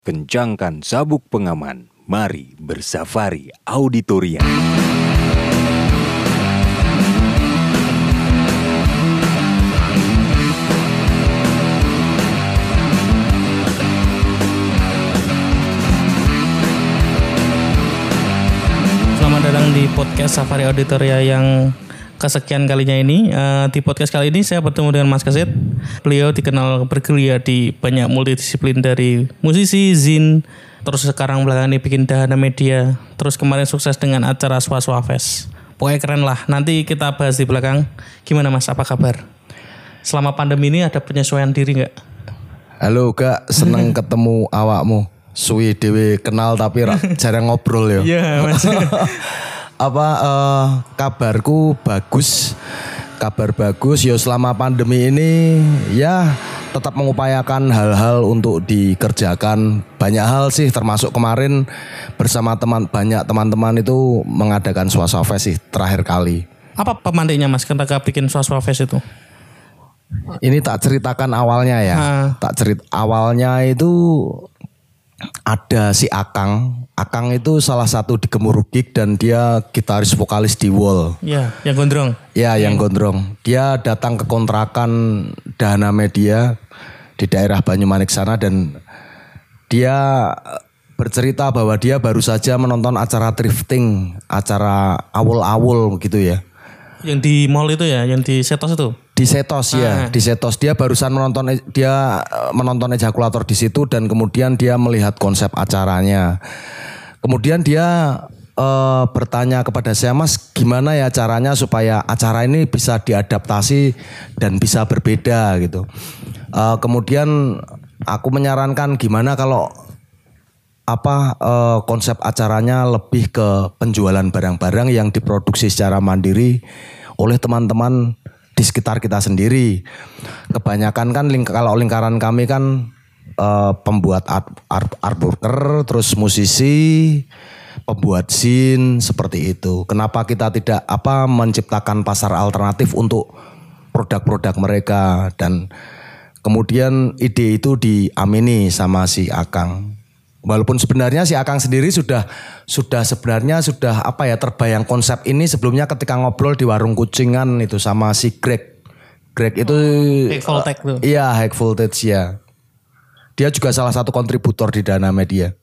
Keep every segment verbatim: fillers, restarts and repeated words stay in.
Kencangkan sabuk pengaman, mari bersafari auditorium. Selamat datang di podcast Safari Auditoria yang kesekian kalinya ini. Uh, di podcast kali ini saya bertemu dengan Mas Kesit. Beliau dikenal bergerilya di banyak multidisiplin, dari musisi, zin, terus sekarang belakangan ini bikin Dahana Media, terus kemarin sukses dengan acara Swaswa Fest. Pokoknya keren lah. Nanti kita bahas di belakang. Gimana Mas, apa kabar? Selama pandemi ini ada penyesuaian diri nggak? Halo Kak, seneng ketemu awakmu. Suwi dewe kenal tapi jarang ngobrol ya. Iya Mas. Apa uh, kabarku bagus, kabar bagus. Yo selama pandemi ini ya tetap mengupayakan hal-hal untuk dikerjakan. Banyak hal sih, termasuk kemarin bersama teman banyak teman-teman itu mengadakan Swaswa Fest sih terakhir kali. Apa pemantiknya Mas ketika bikin Swaswa Fest itu? Ini tak ceritakan awalnya ya. Ha. Tak cerit awalnya itu ada si Akang. Akang itu salah satu di Gemuruh Geek dan dia gitaris vokalis di Wall. Iya, yang gondrong. Ya, yang gondrong. Dia datang ke kontrakan Dahana Media di daerah Banyumanik sana dan dia bercerita bahwa dia baru saja menonton acara thrifting, acara awul-awul gitu ya. Yang di mall itu ya, yang di Setos itu. Di Setos ya, ah. di Setos dia barusan menonton dia menonton ejakulator di situ dan kemudian dia melihat konsep acaranya. Kemudian dia uh, bertanya kepada saya, Mas, gimana ya caranya supaya acara ini bisa diadaptasi dan bisa berbeda gitu. Uh, kemudian aku menyarankan gimana kalau apa uh, konsep acaranya lebih ke penjualan barang-barang yang diproduksi secara mandiri oleh teman-teman di sekitar kita sendiri. Kebanyakan kan ling- kalau lingkaran kami kan uh, pembuat art, art, artworker, terus musisi, pembuat zin seperti itu. Kenapa kita tidak apa menciptakan pasar alternatif untuk produk-produk mereka, dan kemudian ide itu diamini sama si Akang. Walaupun sebenarnya si Akang sendiri sudah sudah sebenarnya sudah apa ya terbayang konsep ini sebelumnya ketika ngobrol di warung kucingan itu sama si Greg. Greg itu oh, High Voltage tuh. Iya, High Voltage ya. Dia juga salah satu kontributor di Dahana Media.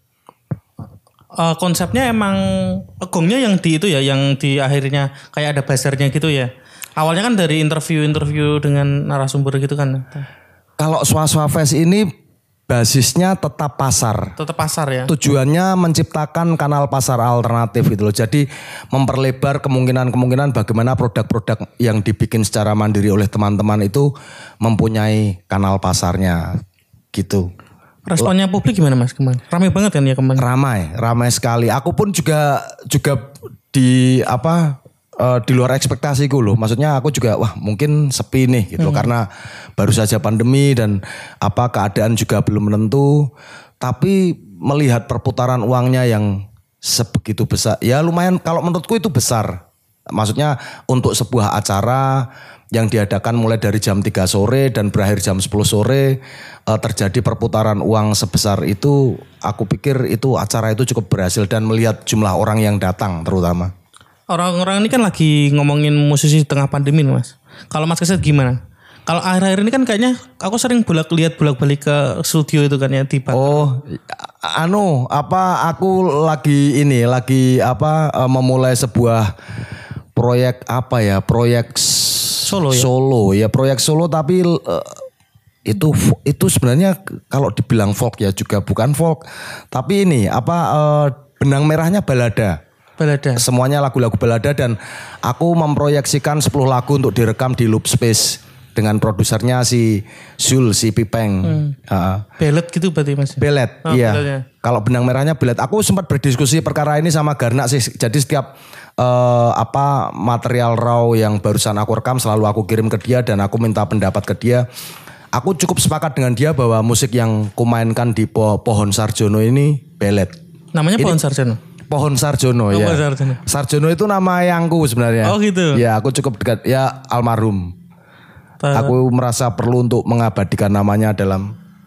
Uh, konsepnya emang gongnya yang di itu ya, yang di akhirnya kayak ada buzzernya gitu ya. Awalnya kan dari interview-interview dengan narasumber gitu kan. Kalau Swaswa Fest ini basisnya tetap pasar. Tetap pasar ya. Tujuannya menciptakan kanal pasar alternatif gitu loh. Jadi memperlebar kemungkinan-kemungkinan bagaimana produk-produk yang dibikin secara mandiri oleh teman-teman itu mempunyai kanal pasarnya gitu. Responnya publik gimana Mas kemarin? Ramai banget kan ya kemarin? Ramai, ramai sekali. Aku pun juga juga di apa Uh, di luar ekspektasiku loh. Maksudnya aku juga wah mungkin sepi nih gitu hmm. karena baru saja pandemi dan apa keadaan juga belum menentu. Tapi melihat perputaran uangnya yang sebegitu besar, ya lumayan kalau menurutku itu besar. Maksudnya untuk sebuah acara yang diadakan mulai dari jam tiga sore dan berakhir jam sepuluh sore uh, terjadi perputaran uang sebesar itu, aku pikir itu acara itu cukup berhasil dan melihat jumlah orang yang datang terutama. Orang-orang ini kan lagi ngomongin musisi tengah pandemi nih Mas. Kalau Mas Kesit gimana? Kalau akhir-akhir ini kan kayaknya aku sering bolak lihat bolak-balik ke studio itu kan ya tiba. Oh, anu apa aku lagi ini lagi apa memulai sebuah proyek apa ya? Proyek solo ya. Solo ya, proyek solo tapi uh, itu itu sebenarnya kalau dibilang folk ya juga bukan folk. Tapi ini apa uh, benang merahnya balada. Balada. Semuanya lagu-lagu balada dan aku memproyeksikan sepuluh lagu untuk direkam di Loop Space dengan produsernya si Zul, si Pipeng. Hmm. Uh, Belet gitu berarti Mas? Belet, oh, iya. Kalau benang merahnya belet. Aku sempat berdiskusi perkara ini sama Garna sih. Jadi setiap uh, apa material raw yang barusan aku rekam selalu aku kirim ke dia dan aku minta pendapat ke dia. Aku cukup sepakat dengan dia bahwa musik yang kumainkan di po- Pohon Sarjono ini belet. Namanya Pohon ini, Sarjono? Pohon Sarjono oh, ya. Sarjono. Sarjono itu nama yangku sebenarnya. Oh gitu. Ya aku cukup dekat. Ya almarhum. Ta- aku merasa perlu untuk mengabadikan namanya dalam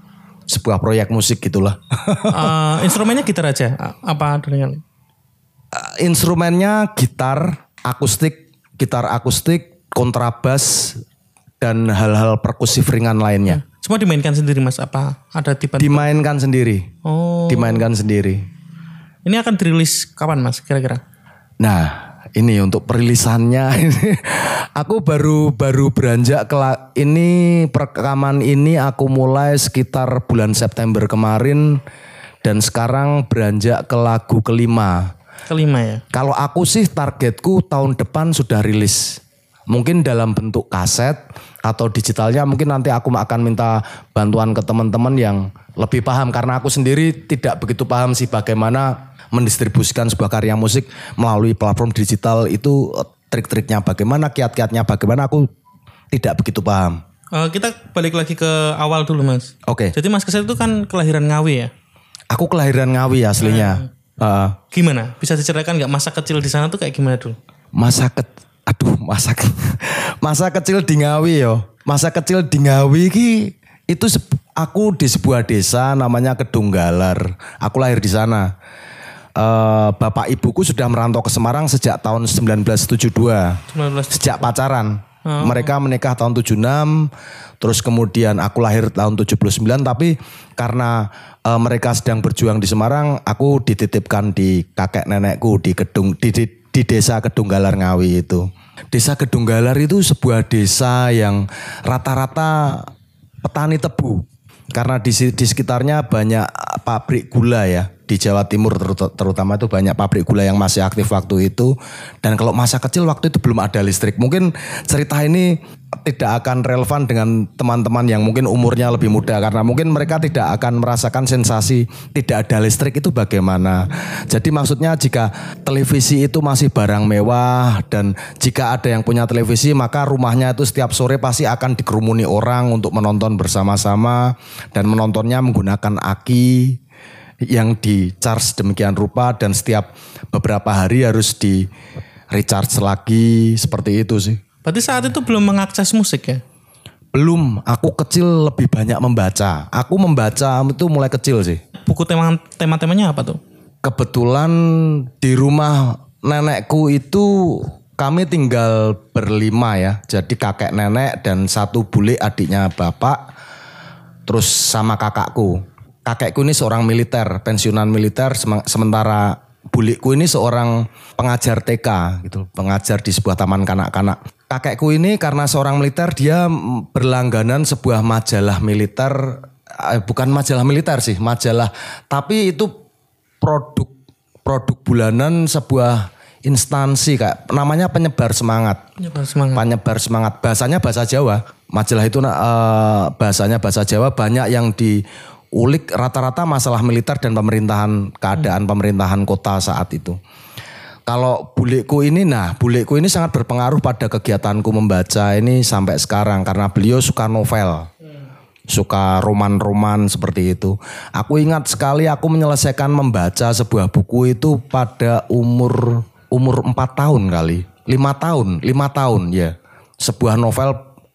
sebuah proyek musik gitulah. uh, instrumennya gitar aja? Apa dengan? Uh, instrumennya gitar, akustik, gitar akustik, kontrabas, dan hal-hal perkusif ringan lainnya. Semua dimainkan sendiri Mas? Apa ada dibantu? Dimainkan sendiri. Oh. Dimainkan sendiri. Ini akan dirilis kapan Mas kira-kira? Nah, ini untuk perilisannya ini aku baru baru beranjak ke ini perekaman ini aku mulai sekitar bulan September kemarin dan sekarang beranjak ke lagu kelima. Kelima ya. Kalau aku sih targetku tahun depan sudah rilis. Mungkin dalam bentuk kaset atau digitalnya mungkin nanti aku akan minta bantuan ke teman-teman yang lebih paham karena aku sendiri tidak begitu paham sih bagaimana mendistribusikan sebuah karya musik melalui platform digital itu trik-triknya bagaimana, kiat-kiatnya bagaimana aku tidak begitu paham. Uh, kita balik lagi ke awal dulu Mas. Oke. Okay. Jadi Mas Kesit itu kan kelahiran Ngawi ya? Aku kelahiran Ngawi aslinya. Hmm. Uh, gimana? Bisa diceritakan nggak masa kecil di sana tuh kayak gimana dulu? Masa ke, aduh masa ke, masa kecil di Ngawi yo. Masa kecil di Ngawi ki itu aku di sebuah desa namanya Kedunggalar. Aku lahir di sana. Uh, bapak ibuku sudah merantau ke Semarang sejak tahun sembilan belas tujuh puluh dua. sembilan belas Sejak pacaran. Oh. Mereka menikah tahun tujuh puluh enam. Terus kemudian aku lahir tahun tujuh puluh sembilan. Tapi karena uh, mereka sedang berjuang di Semarang, aku dititipkan di kakek nenekku di Kedung di, di, di desa Kedunggalar Ngawi itu. Desa Kedunggalar itu sebuah desa yang rata-rata petani tebu. Karena di, di sekitarnya banyak pabrik gula ya. Di Jawa Timur terutama itu banyak pabrik gula yang masih aktif waktu itu. Dan kalau masa kecil waktu itu belum ada listrik. Mungkin cerita ini tidak akan relevan dengan teman-teman yang mungkin umurnya lebih muda. Karena mungkin mereka tidak akan merasakan sensasi tidak ada listrik itu bagaimana. Jadi maksudnya jika televisi itu masih barang mewah. Dan jika ada yang punya televisi maka rumahnya itu setiap sore pasti akan dikerumuni orang untuk menonton bersama-sama. Dan menontonnya menggunakan aki yang di charge demikian rupa dan setiap beberapa hari harus di recharge lagi seperti itu sih. Berarti saat itu belum mengakses musik ya? Belum, aku kecil lebih banyak membaca. Aku membaca itu mulai kecil sih. Buku tema tema-temanya apa tuh? Kebetulan di rumah nenekku itu kami tinggal berlima ya. Jadi kakek nenek dan satu bule adiknya bapak. Terus sama kakakku. Kakekku ini seorang militer, pensiunan militer, sementara bulikku ini seorang pengajar T K gitu, pengajar di sebuah taman kanak-kanak. Kakekku ini karena seorang militer dia berlangganan sebuah majalah militer, eh, bukan majalah militer sih, majalah, tapi itu produk produk bulanan sebuah instansi kayak namanya Penyebar Semangat. Penyebar Semangat. Penyebar Semangat. Bahasanya bahasa Jawa. Majalah itu eh, bahasanya bahasa Jawa, banyak yang di ulik rata-rata masalah militer dan pemerintahan, keadaan pemerintahan kota saat itu. Kalau bulikku ini, nah bulikku ini sangat berpengaruh pada kegiatanku membaca ini sampai sekarang. Karena beliau suka novel, suka roman-roman seperti itu. Aku ingat sekali aku menyelesaikan membaca sebuah buku itu pada umur umur empat tahun kali. lima tahun, lima tahun ya. Sebuah novel,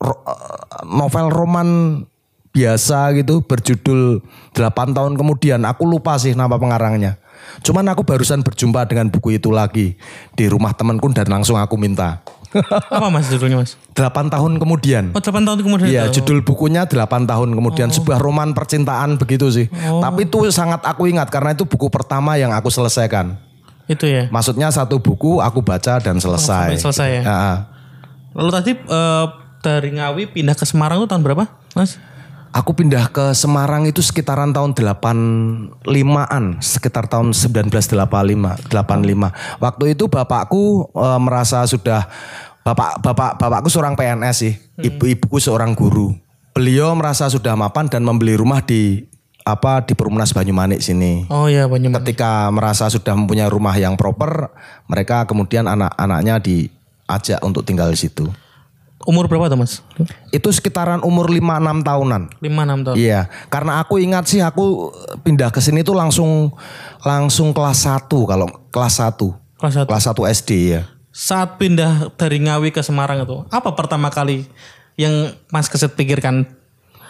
novel roman biasa gitu berjudul delapan tahun kemudian. Aku lupa sih nama pengarangnya. Cuman aku barusan berjumpa dengan buku itu lagi di rumah temanku dan langsung aku minta. Apa Mas judulnya Mas? delapan tahun kemudian. Oh delapan tahun kemudian. Iya, judul bukunya delapan tahun kemudian. Oh. Sebuah roman percintaan begitu sih. Oh. Tapi itu sangat aku ingat karena itu buku pertama yang aku selesaikan. Itu ya. Maksudnya satu buku aku baca dan selesai. Oh, selesai ya. Ya. Lalu tadi uh, dari Ngawi pindah ke Semarang itu tahun berapa Mas? Aku pindah ke Semarang itu sekitaran tahun delapan puluh limaan, sekitar tahun seribu sembilan ratus delapan puluh lima. Waktu itu bapakku e, merasa sudah bapak bapak bapakku seorang P N S sih, ibu-ibuku seorang guru. Beliau merasa sudah mapan dan membeli rumah di apa di Perumnas Banyumanik sini. Oh iya Banyumanik. Ketika merasa sudah mempunyai rumah yang proper, mereka kemudian anak-anaknya diajak untuk tinggal di situ. Umur berapa tuh Mas? Itu sekitaran umur lima enam tahunan. lima enam tahun. Iya, karena aku ingat sih aku pindah ke sini tuh langsung langsung kelas satu kalau kelas satu. Kelas satu. Kelas satu S D ya. Saat pindah dari Ngawi ke Semarang itu, apa pertama kali yang Mas Kesit pikirkan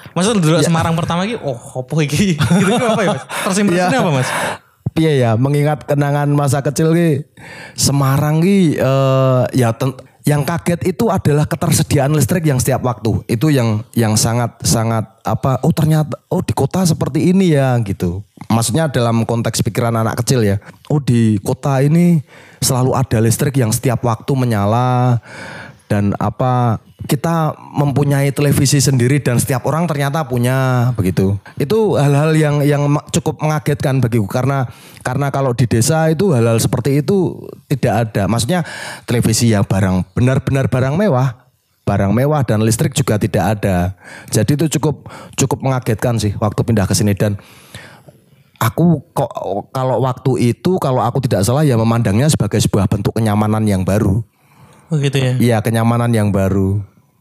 Maksudnya dulu ya. Semarang pertama iki oh opo iki? Gitu apa ya Mas? First impression-nya apa Mas? Iya ya, mengingat kenangan masa kecil ki Semarang ki uh, ya ten- yang kaget itu adalah ketersediaan listrik yang setiap waktu. Itu yang yang sangat sangat apa oh ternyata oh di kota seperti ini ya gitu. Maksudnya dalam konteks pikiran anak kecil ya. Oh di kota ini selalu ada listrik yang setiap waktu menyala dan apa kita mempunyai televisi sendiri dan setiap orang ternyata punya begitu. Itu hal-hal yang yang cukup mengagetkan bagiku karena karena kalau di desa itu hal-hal seperti itu tidak ada. Maksudnya televisi yang barang benar-benar barang mewah, barang mewah dan listrik juga tidak ada. Jadi itu cukup cukup mengagetkan sih waktu pindah ke sini dan aku kok kalau waktu itu kalau aku tidak salah ya memandangnya sebagai sebuah bentuk kenyamanan yang baru. Oh gitu ya? Iya kenyamanan yang baru.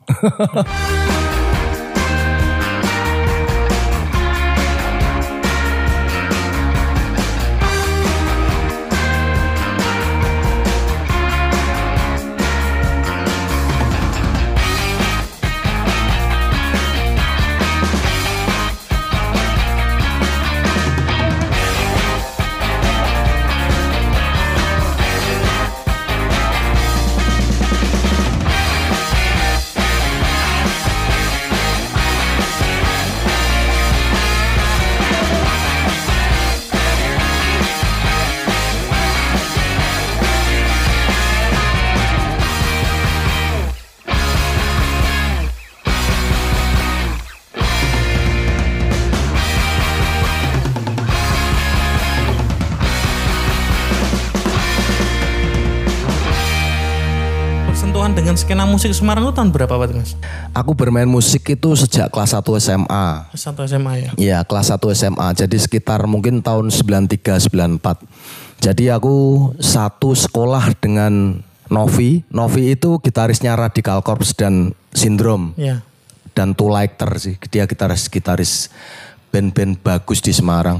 Dengan skena musik Semarang itu tahun berapa Pak Mas? Aku bermain musik itu sejak kelas satu S M A. Kelas satu S M A ya? Iya kelas satu S M A. Jadi sekitar mungkin tahun sembilan tiga sembilan empat. Jadi aku satu sekolah dengan Novi. Novi itu gitarisnya Radical Corps dan Syndrome. Iya. Dan Two Lighter sih. Dia gitaris-gitaris band-band bagus di Semarang.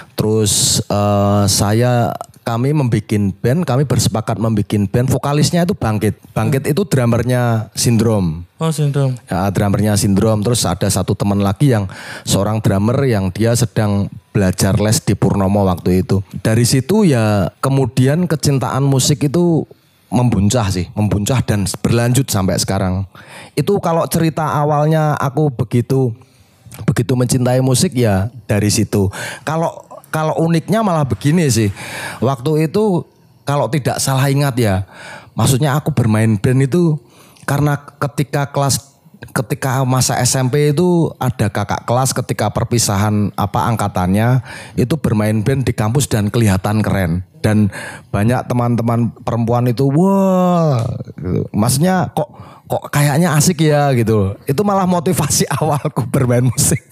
Terus uh, saya... Kami membuat band, kami bersepakat membuat band, vokalisnya itu Bangkit. Bangkit itu drummernya Syndrome. Oh Syndrome. Ya, drummernya Syndrome. Terus ada satu teman lagi yang seorang drummer yang dia sedang belajar les di Purnomo waktu itu. Dari situ ya kemudian kecintaan musik itu membuncah sih, membuncah dan berlanjut sampai sekarang. Itu kalau cerita awalnya aku begitu begitu mencintai musik ya dari situ. Kalau Kalau uniknya malah begini sih. Waktu itu kalau tidak salah ingat ya. Maksudnya aku bermain band itu karena ketika kelas ketika masa S M P itu ada kakak kelas ketika perpisahan apa angkatannya itu bermain band di kampus dan kelihatan keren. Dan banyak teman-teman perempuan itu wah gitu. Maksudnya kok kok kayaknya asik ya gitu. Itu malah motivasi awalku bermain musik.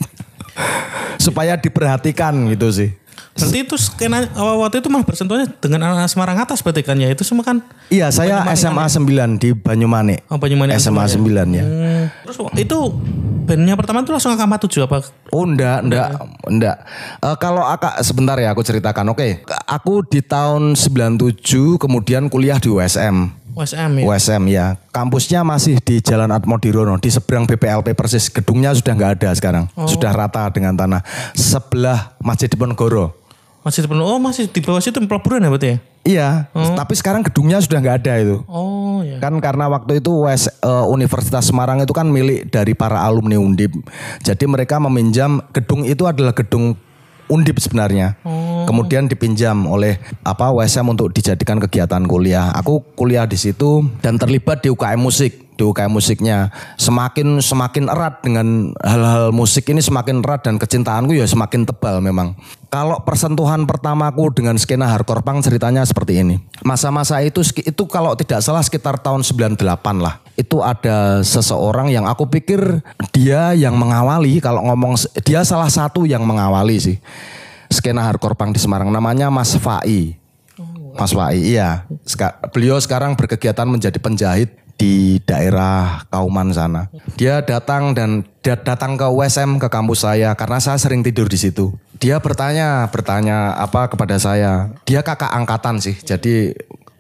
Supaya diperhatikan gitu sih. Berarti itu skena waktu itu malah bersentuhnya dengan anak Semarang atas berarti kan ya itu semua kan? Iya saya S M A sembilan di Banyumane. Oh Banyumane S M A sembilan ya. Hmm. Terus itu bandnya pertama itu langsung ke Kampa tujuh apa? Oh enggak, enggak, enggak. Uh, kalau akak sebentar ya aku ceritakan. Oke, okay. Aku di tahun sembilan tujuh kemudian kuliah di U S M. U S M ya? U S M ya. Kampusnya masih di Jalan Atmodirono di seberang B P L P persis. Gedungnya sudah nggak ada sekarang. Oh. Sudah rata dengan tanah. Sebelah Masjid Diponegoro. Masih di oh masih di bawah situ pelabuhan ya berarti ya? Iya, oh. Tapi sekarang gedungnya sudah nggak ada itu. Oh iya. Kan karena waktu itu West, uh, Universitas Semarang itu kan milik dari para alumni Undip. Jadi mereka meminjam gedung itu adalah gedung Undip sebenarnya. Oh. Kemudian dipinjam oleh apa W S M untuk dijadikan kegiatan kuliah. Aku kuliah di situ dan terlibat di U K M musik. Di U K M musiknya semakin semakin erat dengan hal-hal musik ini semakin erat dan kecintaanku ya semakin tebal memang. Kalau persentuhan pertamaku dengan skena hardcore punk ceritanya seperti ini. Masa-masa itu itu kalau tidak salah sekitar tahun sembilan delapan lah. Itu ada seseorang yang aku pikir dia yang mengawali kalau ngomong dia salah satu yang mengawali sih skena hardcore punk di Semarang namanya Mas Fai. Mas Fai iya. Beliau sekarang berkegiatan menjadi penjahit di daerah Kauman sana. Dia datang dan dia datang ke U S M ke kampus saya karena saya sering tidur di situ. Dia bertanya, bertanya apa kepada saya. Dia kakak angkatan sih. Jadi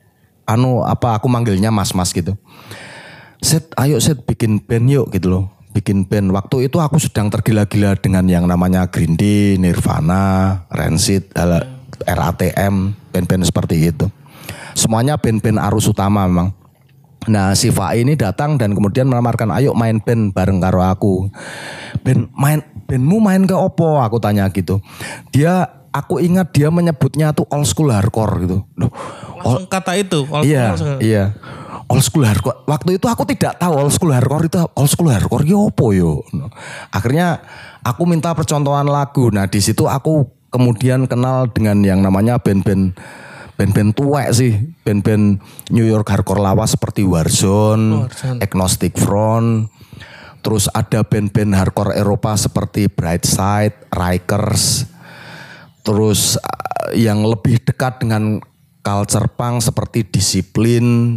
anu apa aku manggilnya Mas-mas gitu. Set, ayo set bikin band yuk gitu loh. bikin band. Waktu itu aku sedang tergila-gila dengan yang namanya Green Day, Nirvana, Rancid, R A T M, band-band seperti itu. Semuanya band-band arus utama memang. Nah si Fai ini datang dan kemudian menawarkan ayo main band bareng karo aku. Band main bandmu main ke opo? Aku tanya gitu. Dia aku ingat dia menyebutnya tuh old school hardcore gitu. Loh, langsung kata itu. Old iya langsung. iya. Old school hardcore. Waktu itu aku tidak tahu old school hardcore itu old school hardcore yo opo yo. Akhirnya aku minta percontohan lagu. Nah di situ aku kemudian kenal dengan yang namanya band-band band-band tuwek sih, band-band New York hardcore lawas seperti Warzone, Warzone, Agnostic Front, terus ada band-band hardcore Eropa seperti Brightside, Rikers, terus yang lebih dekat dengan culture punk seperti Discipline,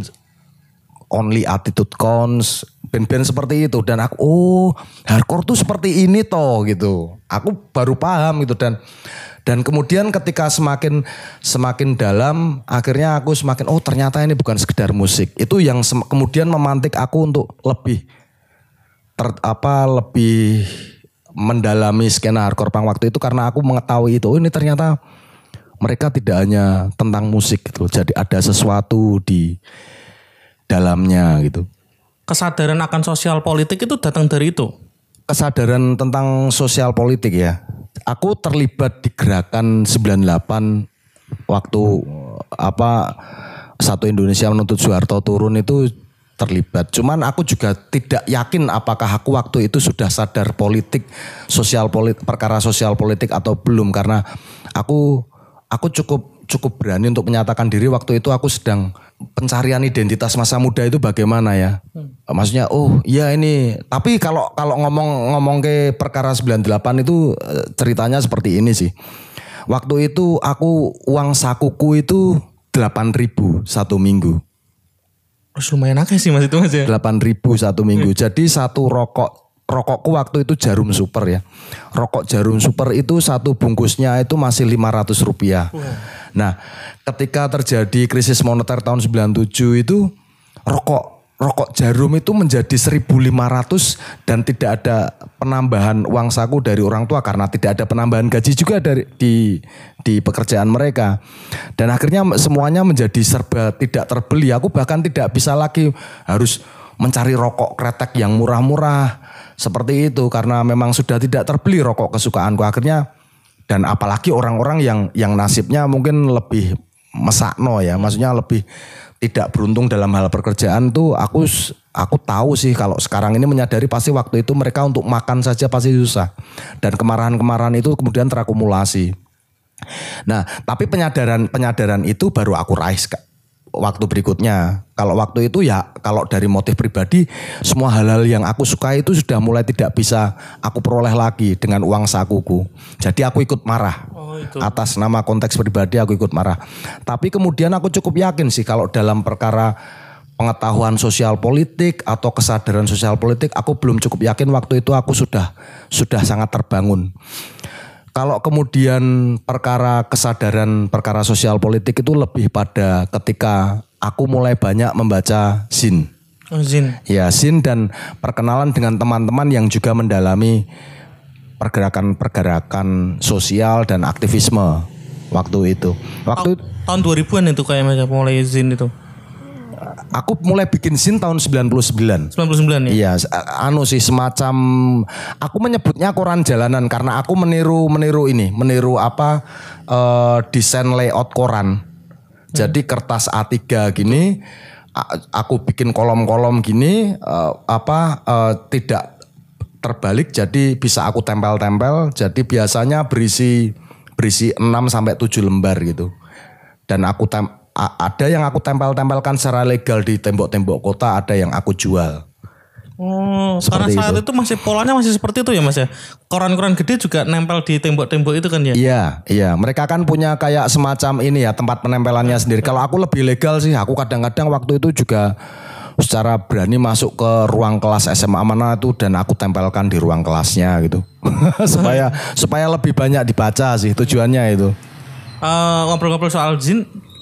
Only Attitude Counts, band-band seperti itu. Dan aku, oh hardcore tuh seperti ini toh gitu. Aku baru paham gitu dan Dan kemudian ketika semakin semakin dalam, akhirnya aku semakin oh ternyata ini bukan sekedar musik. Itu yang sem- kemudian memantik aku untuk lebih ter, apa lebih mendalami skena hardcore punk waktu itu karena aku mengetahui itu. Oh ini ternyata mereka tidak hanya tentang musik gitu. Jadi ada sesuatu di dalamnya gitu. Kesadaran akan sosial politik itu datang dari itu. Kesadaran tentang sosial politik ya. Aku terlibat di gerakan sembilan puluh delapan waktu apa Satu Indonesia Menuntut Soeharto turun itu terlibat. Cuman aku juga tidak yakin apakah aku waktu itu sudah sadar politik, sosial politik, perkara sosial politik atau belum karena aku aku cukup cukup berani untuk menyatakan diri waktu itu aku sedang pencarian identitas masa muda itu bagaimana ya. Hmm. Maksudnya oh iya ini. Tapi kalau kalau ngomong-ngomong ke perkara sembilan puluh delapan itu ceritanya seperti ini sih. Waktu itu aku uang sakuku itu delapan ribu satu minggu. Terus lumayan akeh sih mas itu mas ya. delapan ribu satu minggu. Hmm. Jadi satu rokok rokokku waktu itu Jarum Super ya. Rokok Jarum Super itu satu bungkusnya itu masih lima ratus rupiah. Wow. Nah ketika terjadi krisis moneter tahun sembilan puluh tujuh itu rokok rokok Jarum itu menjadi seribu lima ratus dan tidak ada penambahan uang saku dari orang tua karena tidak ada penambahan gaji juga dari di di pekerjaan mereka. Dan akhirnya semuanya menjadi serba tidak terbeli. Aku bahkan tidak bisa lagi harus mencari rokok kretek yang murah-murah seperti itu karena memang sudah tidak terbeli rokok kesukaanku akhirnya. Dan apalagi orang-orang yang yang nasibnya mungkin lebih mesakno ya, maksudnya lebih tidak beruntung dalam hal pekerjaan tuh aku aku tahu sih kalau sekarang ini menyadari pasti waktu itu mereka untuk makan saja pasti susah. Dan kemarahan-kemarahan itu kemudian terakumulasi. Nah, tapi penyadaran penyadaran itu baru aku raih waktu berikutnya. Kalau waktu itu ya kalau dari motif pribadi semua hal-hal yang aku suka itu sudah mulai tidak bisa aku peroleh lagi dengan uang sakuku. Jadi aku ikut marah. Oh, itu. Atas nama konteks pribadi aku ikut marah. Tapi kemudian aku cukup yakin sih kalau dalam perkara pengetahuan sosial politik atau kesadaran sosial politik aku belum cukup yakin waktu itu aku sudah sudah sangat terbangun. Kalau kemudian perkara kesadaran perkara sosial politik itu lebih pada ketika aku mulai banyak membaca zin. Oh, zin. Ya, zin dan perkenalan dengan teman-teman yang juga mendalami pergerakan-pergerakan sosial dan aktivisme waktu itu. Waktu tahun dua ribuan itu kayaknya mulai zin itu. Aku mulai bikin zin tahun sembilan puluh sembilan. sembilan puluh sembilan ya? Iya, anu sih semacam aku menyebutnya koran jalanan karena aku meniru meniru ini, meniru apa uh, desain layout koran. Hmm. Jadi kertas A tiga gini, aku bikin kolom-kolom gini uh, apa uh, tidak terbalik jadi bisa aku tempel-tempel. Jadi biasanya berisi berisi enam sampai tujuh lembar gitu. Dan aku tem ada yang aku tempel-tempelkan secara legal di tembok-tembok kota, ada yang aku jual. Oh, seperti karena saat itu. itu masih polanya masih seperti itu ya mas ya. Koran-koran gede juga nempel di tembok-tembok itu kan ya. Iya, iya. Mereka kan punya kayak semacam ini ya tempat penempelannya sendiri. Kalau aku lebih legal sih, aku kadang-kadang waktu itu juga secara berani masuk ke ruang kelas S M A mana itu dan aku tempelkan di ruang kelasnya gitu. supaya supaya lebih banyak dibaca sih tujuannya itu. Uh, ngobrol-ngobrol soal zin.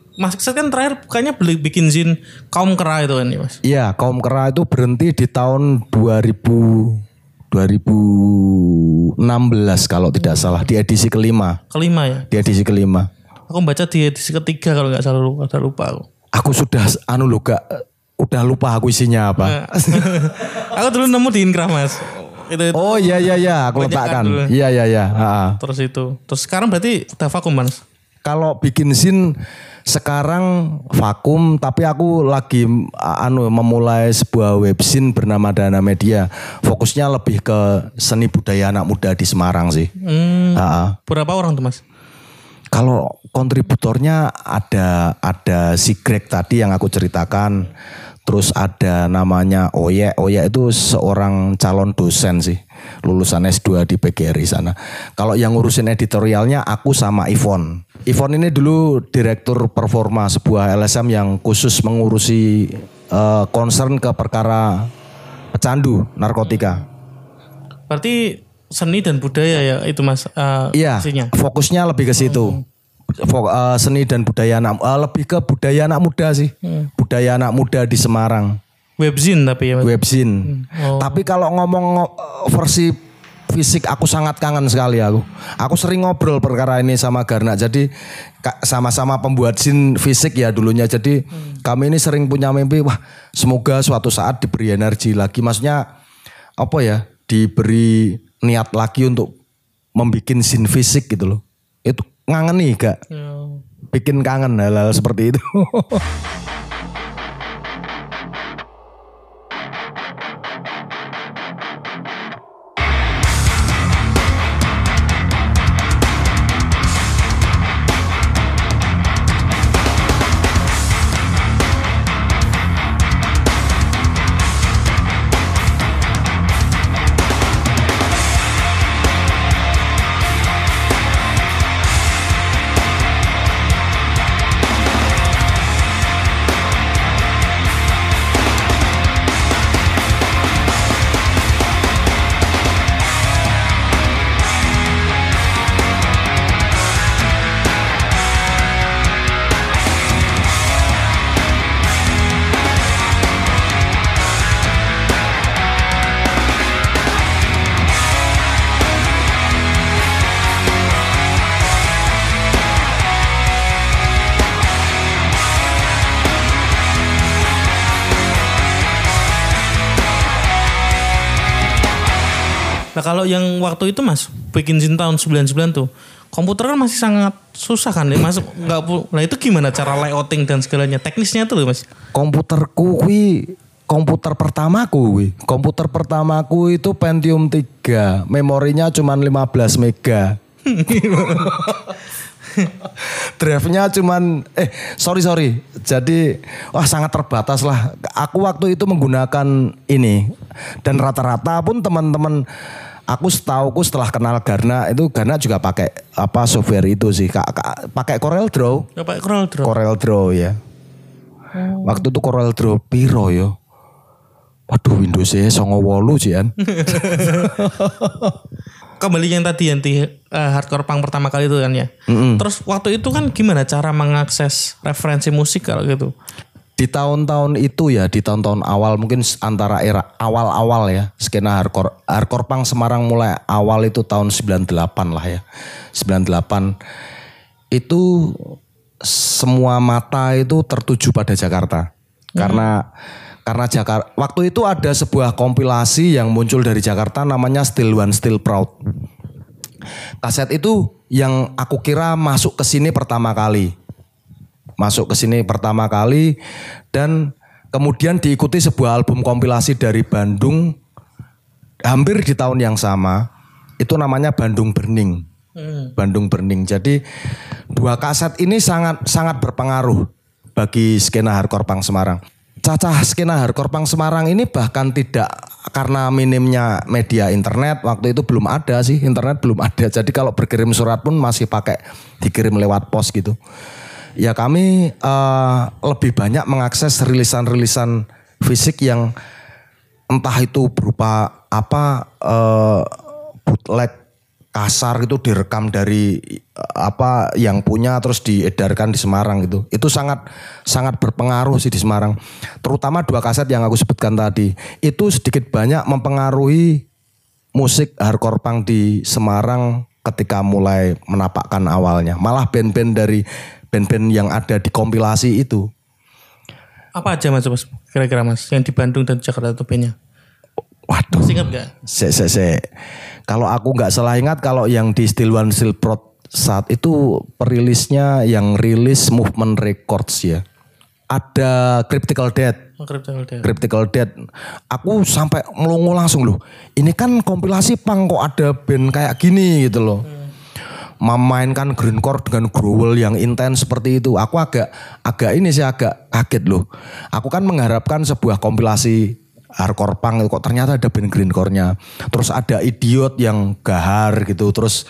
Mas Keset kan terakhir bukannya beli bikin zin Kaum Kera itu kan ya Mas? Iya, Kaum Kera itu berhenti di tahun dua ribu dua ribu enam belas kalau tidak salah, di edisi kelima. Kelima ya? Di edisi kelima. Aku baca di edisi ketiga kalau nggak salah, lupa, lupa aku. Aku sudah anu loh gak, udah lupa aku isinya apa. Nah, aku dulu nemu di Inkrah Mas. Itu, itu. Oh iya iya iya, aku letakkan. Iya iya iya. Terus itu, terus sekarang berarti udah vakum Mas? Kalau bikin zin sekarang vakum, tapi aku lagi anu memulai sebuah webzine bernama Dana Media. Fokusnya lebih ke seni budaya anak muda di Semarang sih. Hmm, berapa orang tuh Mas? Kalau kontributornya ada ada si Greg tadi yang aku ceritakan, terus ada namanya Oye. Oye itu seorang calon dosen sih, lulusan S dua di P G R I sana. Kalau yang ngurusin editorialnya aku sama Ivon. Ivon ini dulu direktur performa sebuah L S M yang khusus mengurusi uh, concern ke perkara pecandu narkotika. Berarti seni dan budaya ya itu Mas? Uh, iya, isinya. Fokusnya lebih ke situ. Hmm. Fok, uh, seni dan budaya anak, uh, lebih ke budaya anak muda sih. Hmm. Budaya anak muda di Semarang. Webzine tapi ya Mas? Webzine. Hmm. Oh. Tapi kalau ngomong uh, versi fisik aku sangat kangen sekali aku. Aku sering ngobrol perkara ini sama Garna. Jadi sama-sama pembuat zin fisik ya dulunya. Jadi hmm. kami ini sering punya mimpi, wah semoga suatu saat diberi energi lagi. Maksudnya apa ya? Diberi niat lagi untuk membuat zin fisik gitu loh. Itu ngangen nih gak? Hmm. Bikin kangen hal-hal seperti itu. Nah kalau yang waktu itu Mas bikin zin tahun sembilan puluh sembilan tuh komputer kan masih sangat susah kan ya Mas, nggak pu- nah itu gimana cara layouting dan segalanya teknisnya tuh Mas? Komputerku kui komputer pertamaku kui komputer pertamaku itu Pentium tiga, memorinya cuma lima belas mega. Drive-nya cuman eh sorry sorry jadi wah sangat terbatas lah. Aku waktu itu menggunakan ini dan rata-rata pun teman-teman aku setauku setelah kenal Garna itu Garna juga pakai apa software itu sih kak, kak pakai Corel Draw. Ya, pakai Corel Draw. Corel Draw ya. Hmm. Waktu itu Corel Draw piro yo. Waduh Windows-nya songo wolu jian. Kembali yang tadi yang di uh, hardcore punk pertama kali itu kan ya. Mm-hmm. Terus waktu itu kan gimana cara mengakses referensi musik kalau gitu? Di tahun-tahun itu ya, di tahun-tahun awal mungkin antara era awal-awal ya, skena hardcore hardcore punk Semarang mulai awal itu tahun sembilan puluh delapan lah ya. sembilan puluh delapan itu semua mata itu tertuju pada Jakarta. Mm-hmm. Karena Karena Jakarta waktu itu ada sebuah kompilasi yang muncul dari Jakarta namanya Still One Still Proud. Kaset itu yang aku kira masuk ke sini pertama kali. Masuk ke sini pertama kali dan kemudian diikuti sebuah album kompilasi dari Bandung hampir di tahun yang sama. Itu namanya Bandung Burning. Hmm. Bandung Burning. Jadi dua kaset ini sangat sangat berpengaruh bagi skena hardcore punk Semarang. Cacah skena hardcore punk Semarang ini bahkan tidak karena minimnya media internet, waktu itu belum ada sih, internet belum ada. Jadi kalau berkirim surat pun masih pakai dikirim lewat pos gitu. Ya kami uh, lebih banyak mengakses rilisan-rilisan fisik yang entah itu berupa apa uh, bootleg kasar itu direkam dari apa yang punya terus diedarkan di Semarang gitu. Itu sangat sangat berpengaruh sih di Semarang. Terutama dua kaset yang aku sebutkan tadi. Itu sedikit banyak mempengaruhi musik hardcore punk di Semarang ketika mulai menapakkan awalnya. Malah band-band dari band-band yang ada di kompilasi itu. Apa aja mas, mas kira-kira mas yang di Bandung dan Jakarta itu bandnya? Waduh. Masih ingat gak? Se, se, se. Kalau aku nggak salah ingat kalau yang di Still One Still Proud saat itu perilisnya yang rilis Movement Records ya. Ada Critical Death. Oh, Critical Death. Critical Death. Aku sampai melongo langsung loh. Ini kan kompilasi punk kok ada band kayak gini gitu loh. Hmm. Memainkan grindcore dengan growl yang intens seperti itu. Aku agak agak ini sih agak kaget loh. Aku kan mengharapkan sebuah kompilasi hardcore punk kok ternyata ada band grindcore-nya. Terus ada Idiot yang gahar gitu. Terus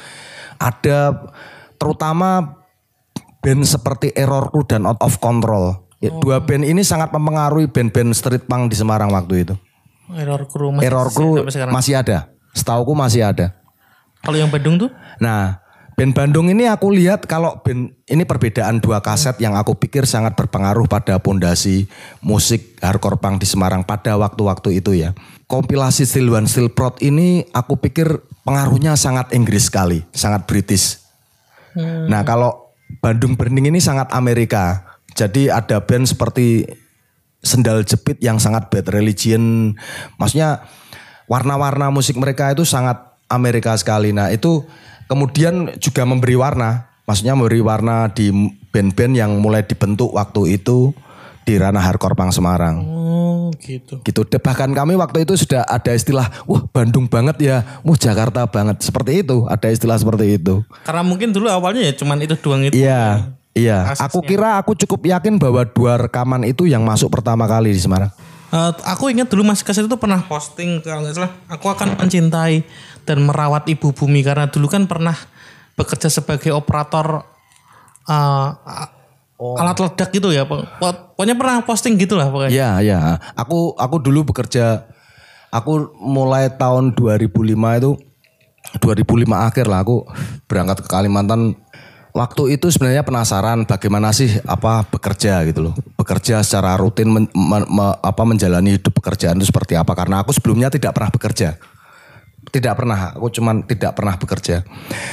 ada terutama band seperti Error Crew dan Out of Control. Ya, oh. Dua band ini sangat mempengaruhi band-band street punk di Semarang waktu itu. Error Crew masih, Error Crew masih ada. Setauku masih ada. Kalau yang Bandung tuh? Nah, band Bandung ini aku lihat kalau band ini perbedaan dua kaset hmm. yang aku pikir sangat berpengaruh pada pondasi musik hardcore punk di Semarang pada waktu-waktu itu ya. Kompilasi Still One Still Proud ini aku pikir pengaruhnya sangat Inggris sekali, sangat British. Hmm. Nah, kalau Bandung Burning ini sangat Amerika. Jadi ada band seperti Sendal Jepit yang sangat Bad Religion. Maksudnya warna-warna musik mereka itu sangat Amerika sekali. Nah itu kemudian juga memberi warna. Maksudnya memberi warna di band-band yang mulai dibentuk waktu itu di ranah hardcore punk Semarang. Oh gitu. Gitu. Bahkan kami waktu itu sudah ada istilah, wah Bandung banget ya, wah Jakarta banget. Seperti itu, ada istilah seperti itu. Karena mungkin dulu awalnya ya cuman itu doang itu. Iya. Iya, asasnya. Aku kira aku cukup yakin bahwa dua rekaman itu yang masuk pertama kali di Semarang. Uh, aku ingat dulu Mas Kaset itu pernah posting kalau nggak salah, aku akan mencintai dan merawat ibu bumi karena dulu kan pernah bekerja sebagai operator uh, oh. alat ledak gitu ya. Pokoknya pernah posting gitulah pokoknya. Iya, iya. Aku aku dulu bekerja, aku mulai tahun dua ribu lima itu, dua ribu lima akhir lah aku berangkat ke Kalimantan. Waktu itu sebenarnya penasaran bagaimana sih apa bekerja gitu loh. Bekerja secara rutin men, me, me, apa menjalani hidup pekerjaan itu seperti apa. Karena aku sebelumnya tidak pernah bekerja. Tidak pernah, aku cuman tidak pernah bekerja.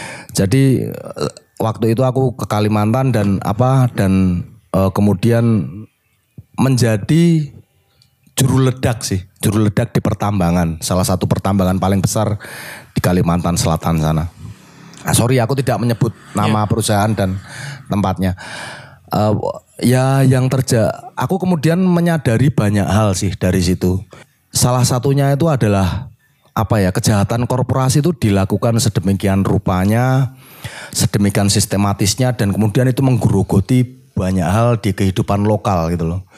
Jadi waktu itu aku ke Kalimantan dan apa dan e, kemudian menjadi juru ledak sih. Juru ledak di pertambangan. Salah satu pertambangan paling besar di Kalimantan Selatan sana. Ah, sorry aku tidak menyebut nama yeah. perusahaan dan tempatnya. Uh, ya yang terjadi, aku kemudian menyadari banyak hal sih dari situ. Salah satunya itu adalah apa ya, kejahatan korporasi itu dilakukan sedemikian rupanya, sedemikian sistematisnya dan kemudian itu menggerogoti banyak hal di kehidupan lokal gitu loh.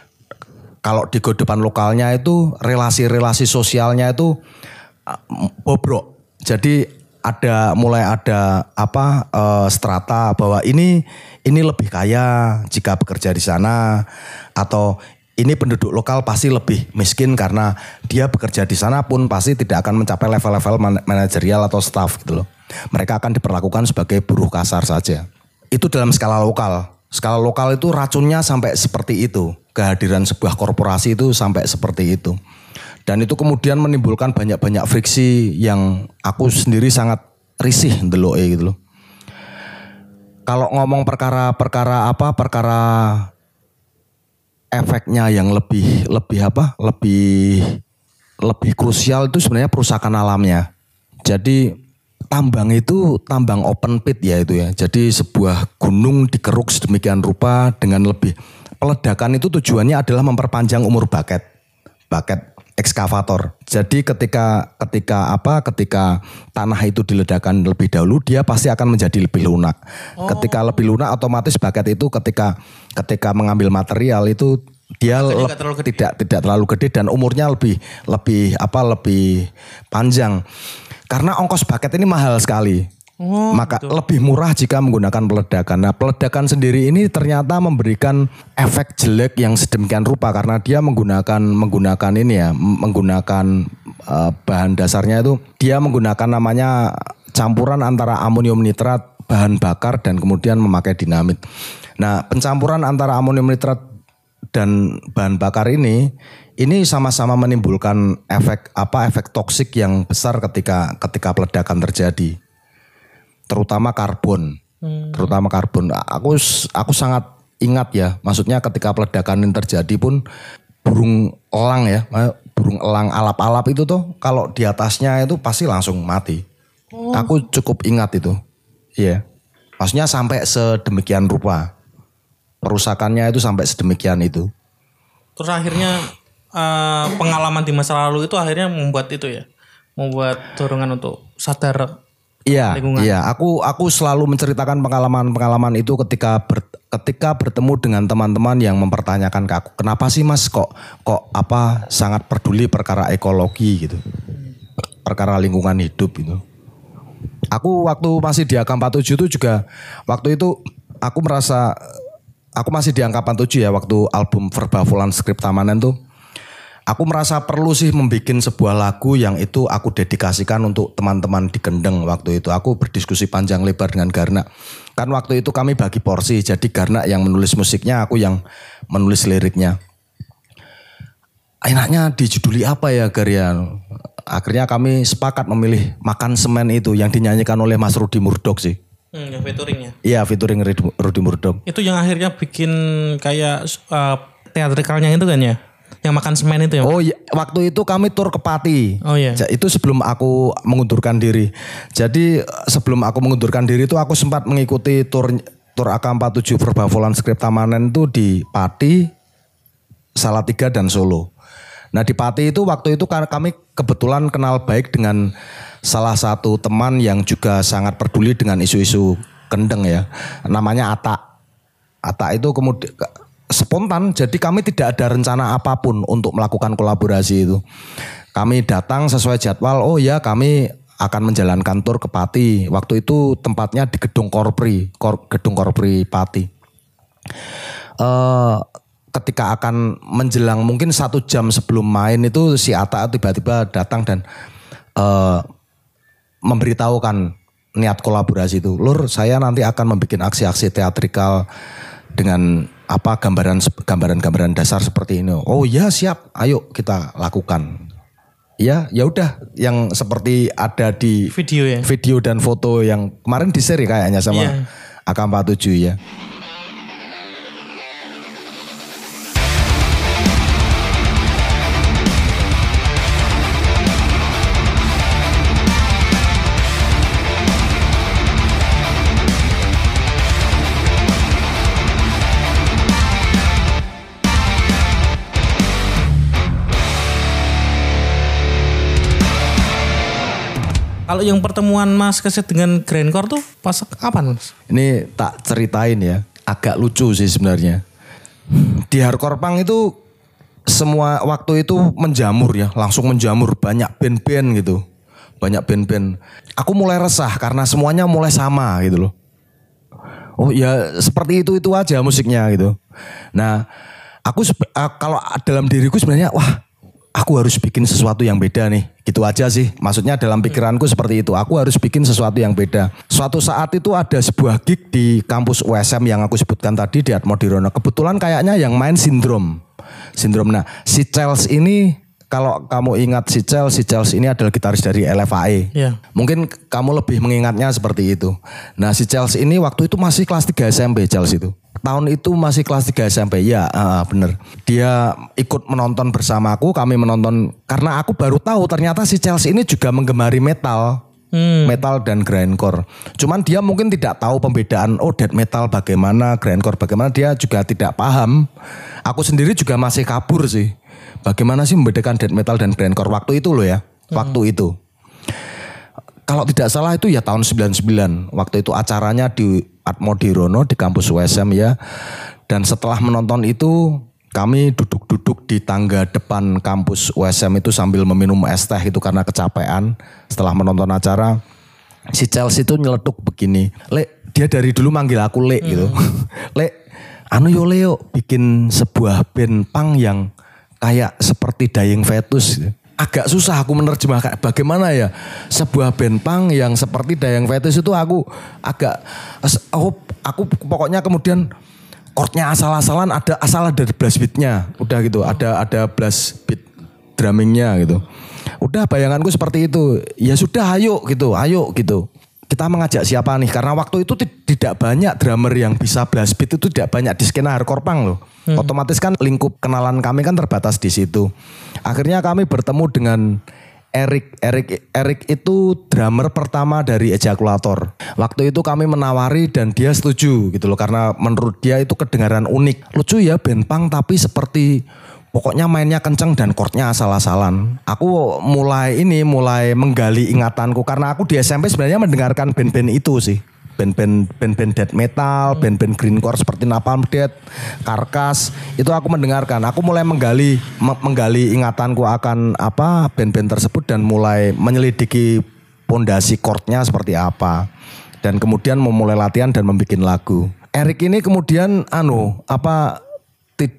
Kalau di kehidupan lokalnya itu relasi-relasi sosialnya itu uh, bobrok. Jadi ada mulai ada apa uh, strata bahwa ini ini lebih kaya jika bekerja di sana atau ini penduduk lokal pasti lebih miskin karena dia bekerja di sana pun pasti tidak akan mencapai level-level man- manajerial atau staff gitu loh. Mereka akan diperlakukan sebagai buruh kasar saja. Itu dalam skala lokal. Skala lokal itu racunnya sampai seperti itu. Kehadiran sebuah korporasi itu sampai seperti itu. Dan itu kemudian menimbulkan banyak-banyak friksi yang aku sendiri sangat risih ndeloke gitu loh. Kalau ngomong perkara-perkara apa, perkara efeknya yang lebih lebih apa? Lebih lebih krusial itu sebenarnya perusakan alamnya. Jadi tambang itu tambang open pit ya itu ya. Jadi sebuah gunung dikeruk sedemikian rupa dengan lebih peledakan itu tujuannya adalah memperpanjang umur bucket. Bucket ekskavator. Jadi ketika ketika apa ketika tanah itu diledakkan lebih dahulu dia pasti akan menjadi lebih lunak. Oh. Ketika lebih lunak otomatis bucket itu ketika ketika mengambil material itu dia le- terlalu tidak tidak terlalu gede dan umurnya lebih lebih apa lebih panjang. Karena ongkos bucket ini mahal sekali. Oh, maka betul. Lebih murah jika menggunakan peledakan. Nah, peledakan sendiri ini ternyata memberikan efek jelek yang sedemikian rupa karena dia menggunakan menggunakan ini ya, menggunakan uh, bahan dasarnya itu dia menggunakan namanya campuran antara amonium nitrat, bahan bakar dan kemudian memakai dinamit. Nah, pencampuran antara amonium nitrat dan bahan bakar ini ini sama-sama menimbulkan efek apa efek toksik yang besar ketika ketika peledakan terjadi. Terutama karbon. Hmm. Terutama karbon. Aku aku sangat ingat ya, maksudnya ketika peledakan ini terjadi pun burung elang ya, burung elang alap-alap itu tuh kalau di atasnya itu pasti langsung mati. Oh. Aku cukup ingat itu. Iya. Maksudnya sampai sedemikian rupa. Perusakannya itu sampai sedemikian itu. Terus akhirnya uh, pengalaman di masa lalu itu akhirnya membuat itu ya, membuat dorongan untuk sadar iya, lingkungan. Iya, aku aku selalu menceritakan pengalaman-pengalaman itu ketika ber, ketika bertemu dengan teman-teman yang mempertanyakan ke aku, kenapa sih Mas kok kok apa sangat peduli perkara ekologi gitu, perkara lingkungan hidup gitu. Aku waktu masih di A K empat puluh tujuh itu juga waktu itu aku merasa aku masih di angkatan tujuh ya waktu album Verba Volan Skriptamanen tuh. Aku merasa perlu sih membuat sebuah lagu yang itu aku dedikasikan untuk teman-teman di Kendeng waktu itu. Aku berdiskusi panjang lebar dengan Garna. Kan waktu itu kami bagi porsi, jadi Garna yang menulis musiknya, aku yang menulis liriknya. Enaknya dijuduli apa ya Garian? Akhirnya kami sepakat memilih Makan Semen itu yang dinyanyikan oleh Mas Rudy Murdoch sih. Hmm, yang featuringnya. Iya, featuring Rudy Murdoch. Itu yang akhirnya bikin kayak uh, teatrikalnya itu kan ya? Yang Makan Semen itu ya? Oh iya, waktu itu kami tur ke Pati. Oh iya. Itu sebelum aku mengundurkan diri. Jadi sebelum aku mengundurkan diri itu aku sempat mengikuti tur tur A K empat puluh tujuh Verba Volan Skriptamanen itu di Pati, Salatiga dan Solo. Nah di Pati itu waktu itu kami kebetulan kenal baik dengan salah satu teman yang juga sangat peduli dengan isu-isu Kendeng ya. Namanya Atta. Atta itu kemudian spontan, jadi kami tidak ada rencana apapun untuk melakukan kolaborasi itu. Kami datang sesuai jadwal, oh ya kami akan menjalankan tur ke Pati. Waktu itu tempatnya di Gedung Korpri, Kor, Gedung Korpri Pati. Uh, ketika akan menjelang mungkin satu jam sebelum main itu si Atta tiba-tiba datang dan uh, memberitahukan niat kolaborasi itu. Lur, saya nanti akan membuat aksi-aksi teatrikal dengan apa gambaran gambaran-gambaran dasar seperti ini. Oh ya siap, ayo kita lakukan. Ya, ya udah yang seperti ada di video ya. Video dan foto yang kemarin di share kayaknya sama yeah. A K empat puluh tujuh ya. Kalau yang pertemuan Mas Kesit dengan Grindcore tuh pas kapan Mas? Ini tak ceritain ya, agak lucu sih sebenarnya. Di hardcore punk itu semua waktu itu menjamur ya, langsung menjamur banyak band-band gitu. Banyak band-band. Aku mulai resah karena semuanya mulai sama gitu loh. Oh ya seperti itu-itu aja musiknya gitu. Nah aku kalau dalam diriku sebenarnya wah aku harus bikin sesuatu yang beda nih. Gitu aja sih. Maksudnya dalam pikiranku seperti itu. Aku harus bikin sesuatu yang beda. Suatu saat itu ada sebuah gig di kampus U S M yang aku sebutkan tadi di Atmodirono. Kebetulan kayaknya yang main Sindrom. Sindrom. Nah si Chels ini kalau kamu ingat si Chels, si Chels ini adalah gitaris dari L F A E. Yeah. Mungkin kamu lebih mengingatnya seperti itu. Nah si Chels ini waktu itu masih kelas tiga S M P Chels itu. Tahun itu masih kelas tiga S M P, ya uh, bener. Dia ikut menonton bersamaku, kami menonton. Karena aku baru tahu ternyata si Chelsea ini juga menggemari metal. Hmm. Metal dan grindcore. Cuman dia mungkin tidak tahu pembedaan, oh death metal bagaimana, grindcore bagaimana. Dia juga tidak paham. Aku sendiri juga masih kabur sih. Bagaimana sih membedakan death metal dan grindcore waktu itu loh ya. Hmm. Waktu itu. Kalau tidak salah itu ya tahun sembilan puluh sembilan. Waktu itu acaranya di Atmodirono di kampus U S M ya. Dan setelah menonton itu kami duduk-duduk di tangga depan kampus U S M itu sambil meminum es teh itu karena kecapean. Setelah menonton acara si Chelsea itu nyeletuk begini. Le, dia dari dulu manggil aku Le hmm. gitu. Le, anu yo Leo bikin sebuah band punk yang kayak seperti Dying Fetus gitu. agak susah aku menerjemahkan bagaimana ya sebuah band punk yang seperti Dying Fetus itu aku agak aku aku pokoknya kemudian chordnya asal-asalan ada asal ada blast beatnya udah gitu ada ada blast beat drummingnya gitu udah bayanganku seperti itu ya sudah ayo gitu ayo gitu kita mengajak siapa nih karena waktu itu tidak banyak drummer yang bisa blast beat itu tidak banyak di skena hardcore punk loh hmm. Otomatis kan lingkup kenalan kami kan terbatas di situ akhirnya kami bertemu dengan Erik, Erik, Erik itu drummer pertama dari Ejaculator. Waktu itu kami menawari dan dia setuju gitu loh karena menurut dia itu kedengaran unik. Lucu ya band punk tapi seperti pokoknya mainnya kenceng dan chordnya asal-asalan. Aku mulai ini mulai menggali ingatanku karena aku di S M P sebenarnya mendengarkan band-band itu sih. Band-band band-band death metal, band-band grindcore seperti Napalm Death, Carcass, itu aku mendengarkan. Aku mulai menggali menggali ingatanku akan apa band-band tersebut dan mulai menyelidiki pondasi chordnya seperti apa. Dan kemudian memulai latihan dan membuat lagu. Erik ini kemudian anu apa tid,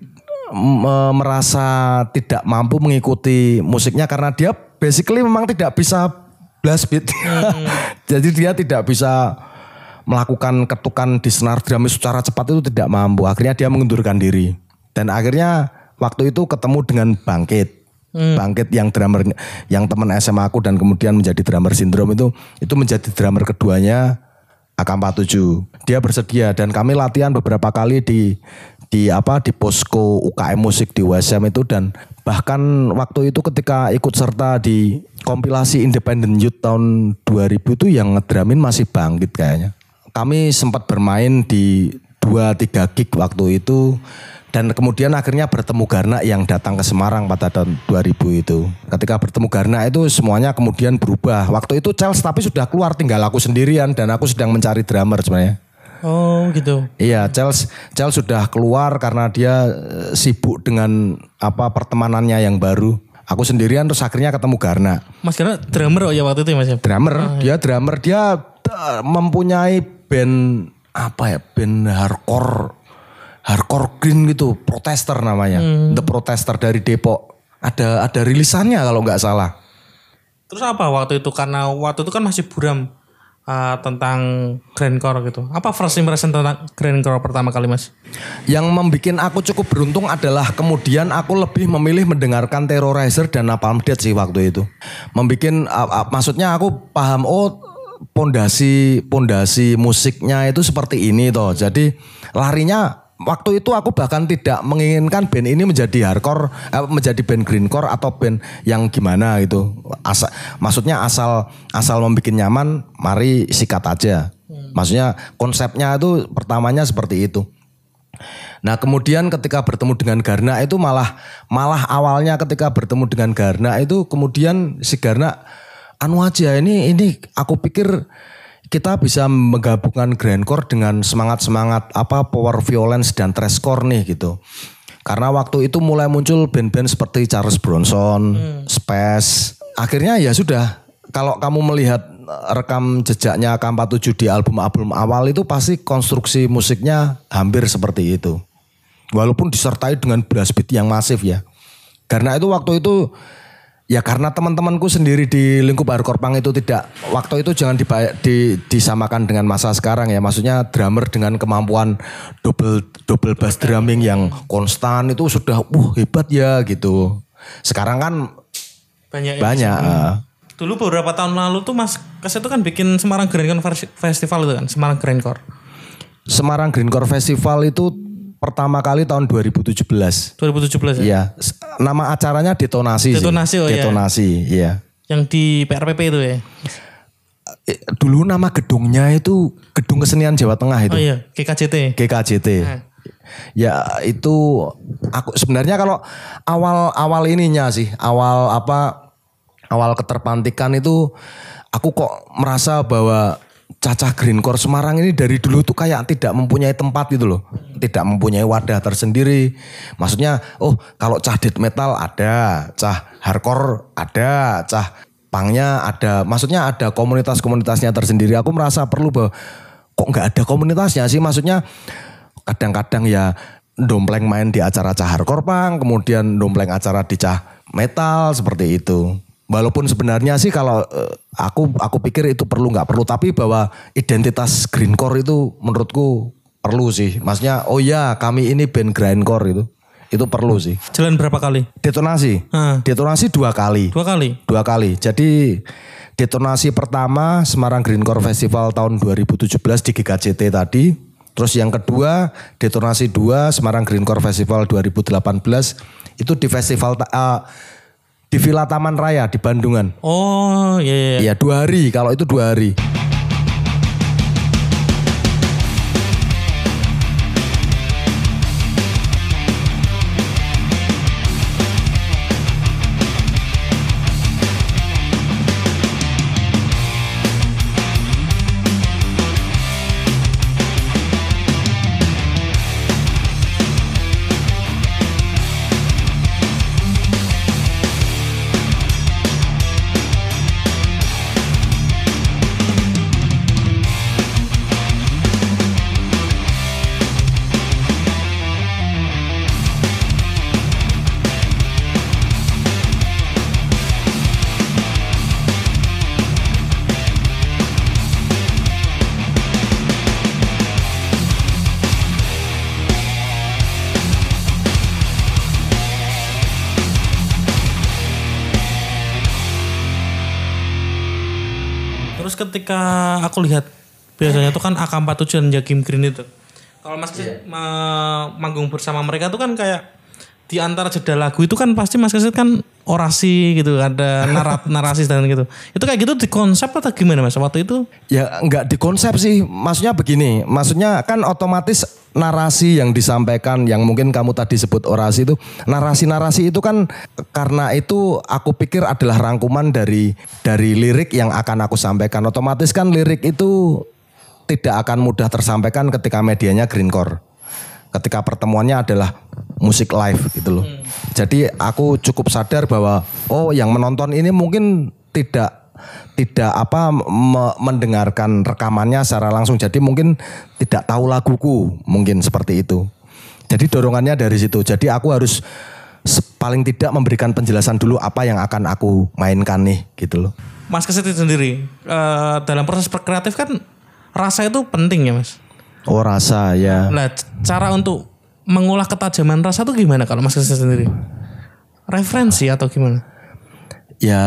me, merasa tidak mampu mengikuti musiknya karena dia basically memang tidak bisa blast beat. Hmm. Jadi dia tidak bisa melakukan ketukan di senar drum secara cepat itu tidak mampu. Akhirnya dia mengundurkan diri. Dan akhirnya waktu itu ketemu dengan Bangkit. Hmm. Bangkit yang drummer yang teman S M A aku dan kemudian menjadi drummer Sindrom itu itu menjadi drummer keduanya A K empat tujuh. Dia bersedia dan kami latihan beberapa kali di di apa di posko U K M musik di U S M itu dan bahkan waktu itu ketika ikut serta di kompilasi Independent Youth tahun dua ribu itu yang ngedramin masih Bangkit kayaknya. Kami sempat bermain di dua tiga gig waktu itu dan kemudian akhirnya bertemu Garna yang datang ke Semarang pada tahun dua ribu itu. Ketika bertemu Garna itu semuanya kemudian berubah. Waktu itu Charles tapi sudah keluar tinggal aku sendirian dan aku sedang mencari drummer sebenarnya. Oh gitu. Iya, Charles Charles sudah keluar karena dia sibuk dengan apa pertemanannya yang baru. Aku sendirian terus akhirnya ketemu Garna. Mas Garna drummer oh ya waktu itu ya Mas ya? Drummer, oh, dia drummer, dia uh, mempunyai band apa ya, band hardcore, hardcore green gitu, Protester namanya, hmm. The Protester dari Depok. Ada ada rilisannya kalau nggak salah. Terus apa waktu itu karena waktu itu kan masih buram uh, tentang grindcore gitu. Apa first impression tentang grindcore pertama kali Mas? Yang membuat aku cukup beruntung adalah kemudian aku lebih memilih mendengarkan Terrorizer dan Napalm Death sih waktu itu. Membikin uh, uh, maksudnya aku paham oh pondasi pondasi musiknya itu seperti ini toh. Jadi larinya waktu itu aku bahkan tidak menginginkan band ini menjadi hardcore, eh, menjadi band grindcore atau band yang gimana gitu. Asal, maksudnya asal asal membuat nyaman, mari sikat aja. Maksudnya konsepnya itu pertamanya seperti itu. Nah kemudian ketika bertemu dengan Garna itu malah malah awalnya ketika bertemu dengan Garna itu kemudian si Garna anu aja ini ini aku pikir kita bisa menggabungkan grindcore dengan semangat-semangat apa power violence dan thrashcore nih gitu. Karena waktu itu mulai muncul band-band seperti Charles Bronson, hmm. Space. Akhirnya ya sudah, kalau kamu melihat rekam jejaknya A K empat tujuh di album-album awal itu pasti konstruksi musiknya hampir seperti itu. Walaupun disertai dengan blast beat yang masif ya. Karena itu waktu itu ya karena teman-temanku sendiri di lingkup hardcore punk itu tidak, waktu itu jangan dibayar, di, disamakan dengan masa sekarang ya. Maksudnya drummer dengan kemampuan double double bass drumming yang konstan itu sudah uh hebat ya gitu. Sekarang kan banyak. Banyak. Uh, Dulu beberapa tahun lalu tuh Mas Kes itu kan bikin Semarang Grindcore Festival itu kan, Semarang Grindcore. Semarang Grindcore Festival itu pertama kali tahun dua ribu tujuh belas. dua ribu tujuh belas ya? Iya. Nama acaranya Detonasi. Detonasi sih. oh Detonasi, ya. iya. Yang di P R P P itu ya? Dulu nama gedungnya itu Gedung Kesenian Jawa Tengah itu. Oh iya, G K J T. G K J T. Nah. Ya itu aku sebenarnya kalau awal-awal ininya sih, awal apa awal keterpantikan itu aku kok merasa bahwa cacah grindcore Semarang ini dari dulu tuh kayak tidak mempunyai tempat gitu loh. Tidak mempunyai wadah tersendiri. Maksudnya, oh kalau cah death metal ada, cah hardcore ada, cah punknya ada. Maksudnya ada komunitas-komunitasnya tersendiri. Aku merasa perlu bahwa kok gak ada komunitasnya sih. Maksudnya kadang-kadang ya dompleng main di acara cah hardcore punk, kemudian dompleng acara di cah metal seperti itu. Walaupun sebenarnya sih kalau uh, aku aku pikir itu perlu nggak perlu, tapi bahwa identitas grindcore itu menurutku perlu sih. Maksudnya oh ya kami ini band grindcore itu itu perlu sih. Jalan berapa kali? Detonasi. Hmm. Detonasi dua kali. Dua kali. Dua kali. Jadi detonasi pertama Semarang Grindcore Festival tahun dua ribu tujuh belas di G K C T tadi. Terus yang kedua detonasi dua Semarang Grindcore Festival dua ribu delapan belas itu di festival uh, di Villa Taman Raya di Bandungan. Oh iya iya. Iya dua hari, kalau itu dua hari. Terus ketika aku lihat biasanya tuh kan A K empat puluh tujuh dan Jakim Green itu. Kalau Mas Kesit yeah. manggung bersama mereka tuh kan kayak di antara jeda lagu itu kan pasti Mas Kesit kan orasi gitu, ada narat, narasi dan gitu. Itu kayak gitu di konsep atau gimana Mas waktu itu? Ya enggak di konsep sih, maksudnya begini, maksudnya kan otomatis narasi yang disampaikan yang mungkin kamu tadi sebut orasi itu, narasi-narasi itu kan karena itu aku pikir adalah rangkuman dari dari lirik yang akan aku sampaikan. Otomatis kan lirik itu tidak akan mudah tersampaikan ketika medianya grindcore. Ketika pertemuannya adalah musik live gitu loh. Hmm. Jadi aku cukup sadar bahwa oh yang menonton ini mungkin tidak tidak apa me- mendengarkan rekamannya secara langsung. Jadi mungkin tidak tahu laguku, mungkin seperti itu. Jadi dorongannya dari situ. Jadi aku harus paling tidak memberikan penjelasan dulu apa yang akan aku mainkan nih gitu loh. Mas Kesit sendiri uh, dalam proses kreatif kan rasa itu penting ya Mas? Oh rasa ya. Nah cara untuk mengolah ketajaman rasa itu gimana kalau Mas Kesit sendiri? Referensi atau gimana? Ya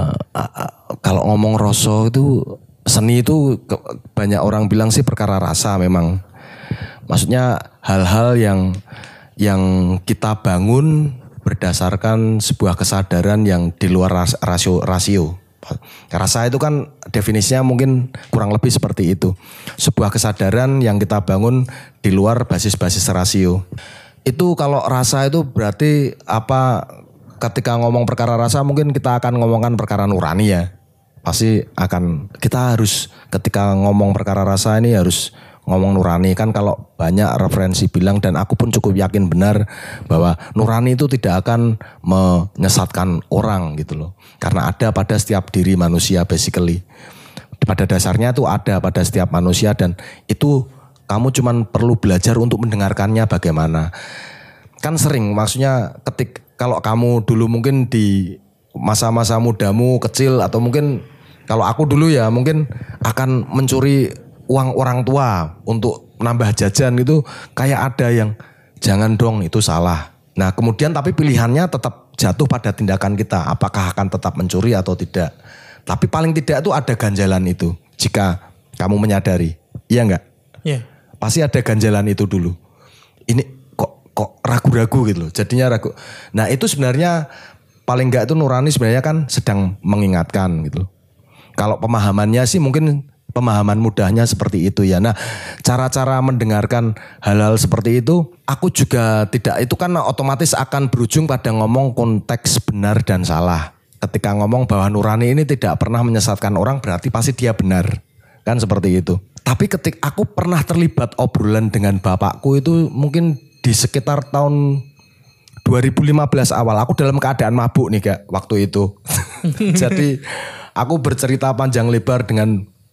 kalau ngomong rasa itu seni itu banyak orang bilang sih perkara rasa memang. Maksudnya hal-hal yang yang kita bangun berdasarkan sebuah kesadaran yang di luar rasio rasio. Rasa itu kan definisinya mungkin kurang lebih seperti itu. Sebuah kesadaran yang kita bangun di luar basis-basis rasio. Itu kalau rasa itu berarti apa, ketika ngomong perkara rasa mungkin kita akan ngomongkan perkara nurani ya. Pasti akan, kita harus ketika ngomong perkara rasa ini harus ngomong nurani. Kan kalau banyak referensi bilang dan aku pun cukup yakin benar bahwa nurani itu tidak akan menyesatkan orang gitu loh. Karena ada pada setiap diri manusia basically. Pada dasarnya itu ada pada setiap manusia dan itu kamu cuman perlu belajar untuk mendengarkannya bagaimana. Kan sering maksudnya ketik kalau kamu dulu mungkin di masa-masa mudamu kecil atau mungkin kalau aku dulu ya mungkin akan mencuri uang orang tua untuk nambah jajan itu kayak ada yang jangan dong itu salah. Nah kemudian tapi pilihannya tetap jatuh pada tindakan kita. Apakah akan tetap mencuri atau tidak. Tapi paling tidak itu ada ganjalan itu. Jika kamu menyadari. Iya enggak? Iya. Yeah. Pasti ada ganjalan itu dulu. Ini kok kok ragu-ragu gitu loh. Jadinya ragu. Nah itu sebenarnya paling enggak itu nurani sebenarnya kan sedang mengingatkan gitu. Kalau pemahamannya sih mungkin pemahaman mudahnya seperti itu ya. Nah, cara-cara mendengarkan hal-hal seperti itu, aku juga tidak, itu kan otomatis akan berujung pada ngomong konteks benar dan salah. Ketika ngomong bahwa nurani ini tidak pernah menyesatkan orang, berarti pasti dia benar. Kan seperti itu. Tapi ketika aku pernah terlibat obrolan dengan bapakku itu mungkin di sekitar tahun dua ribu lima belas awal. Aku dalam keadaan mabuk nih Kak, waktu itu. Jadi aku bercerita panjang lebar dengan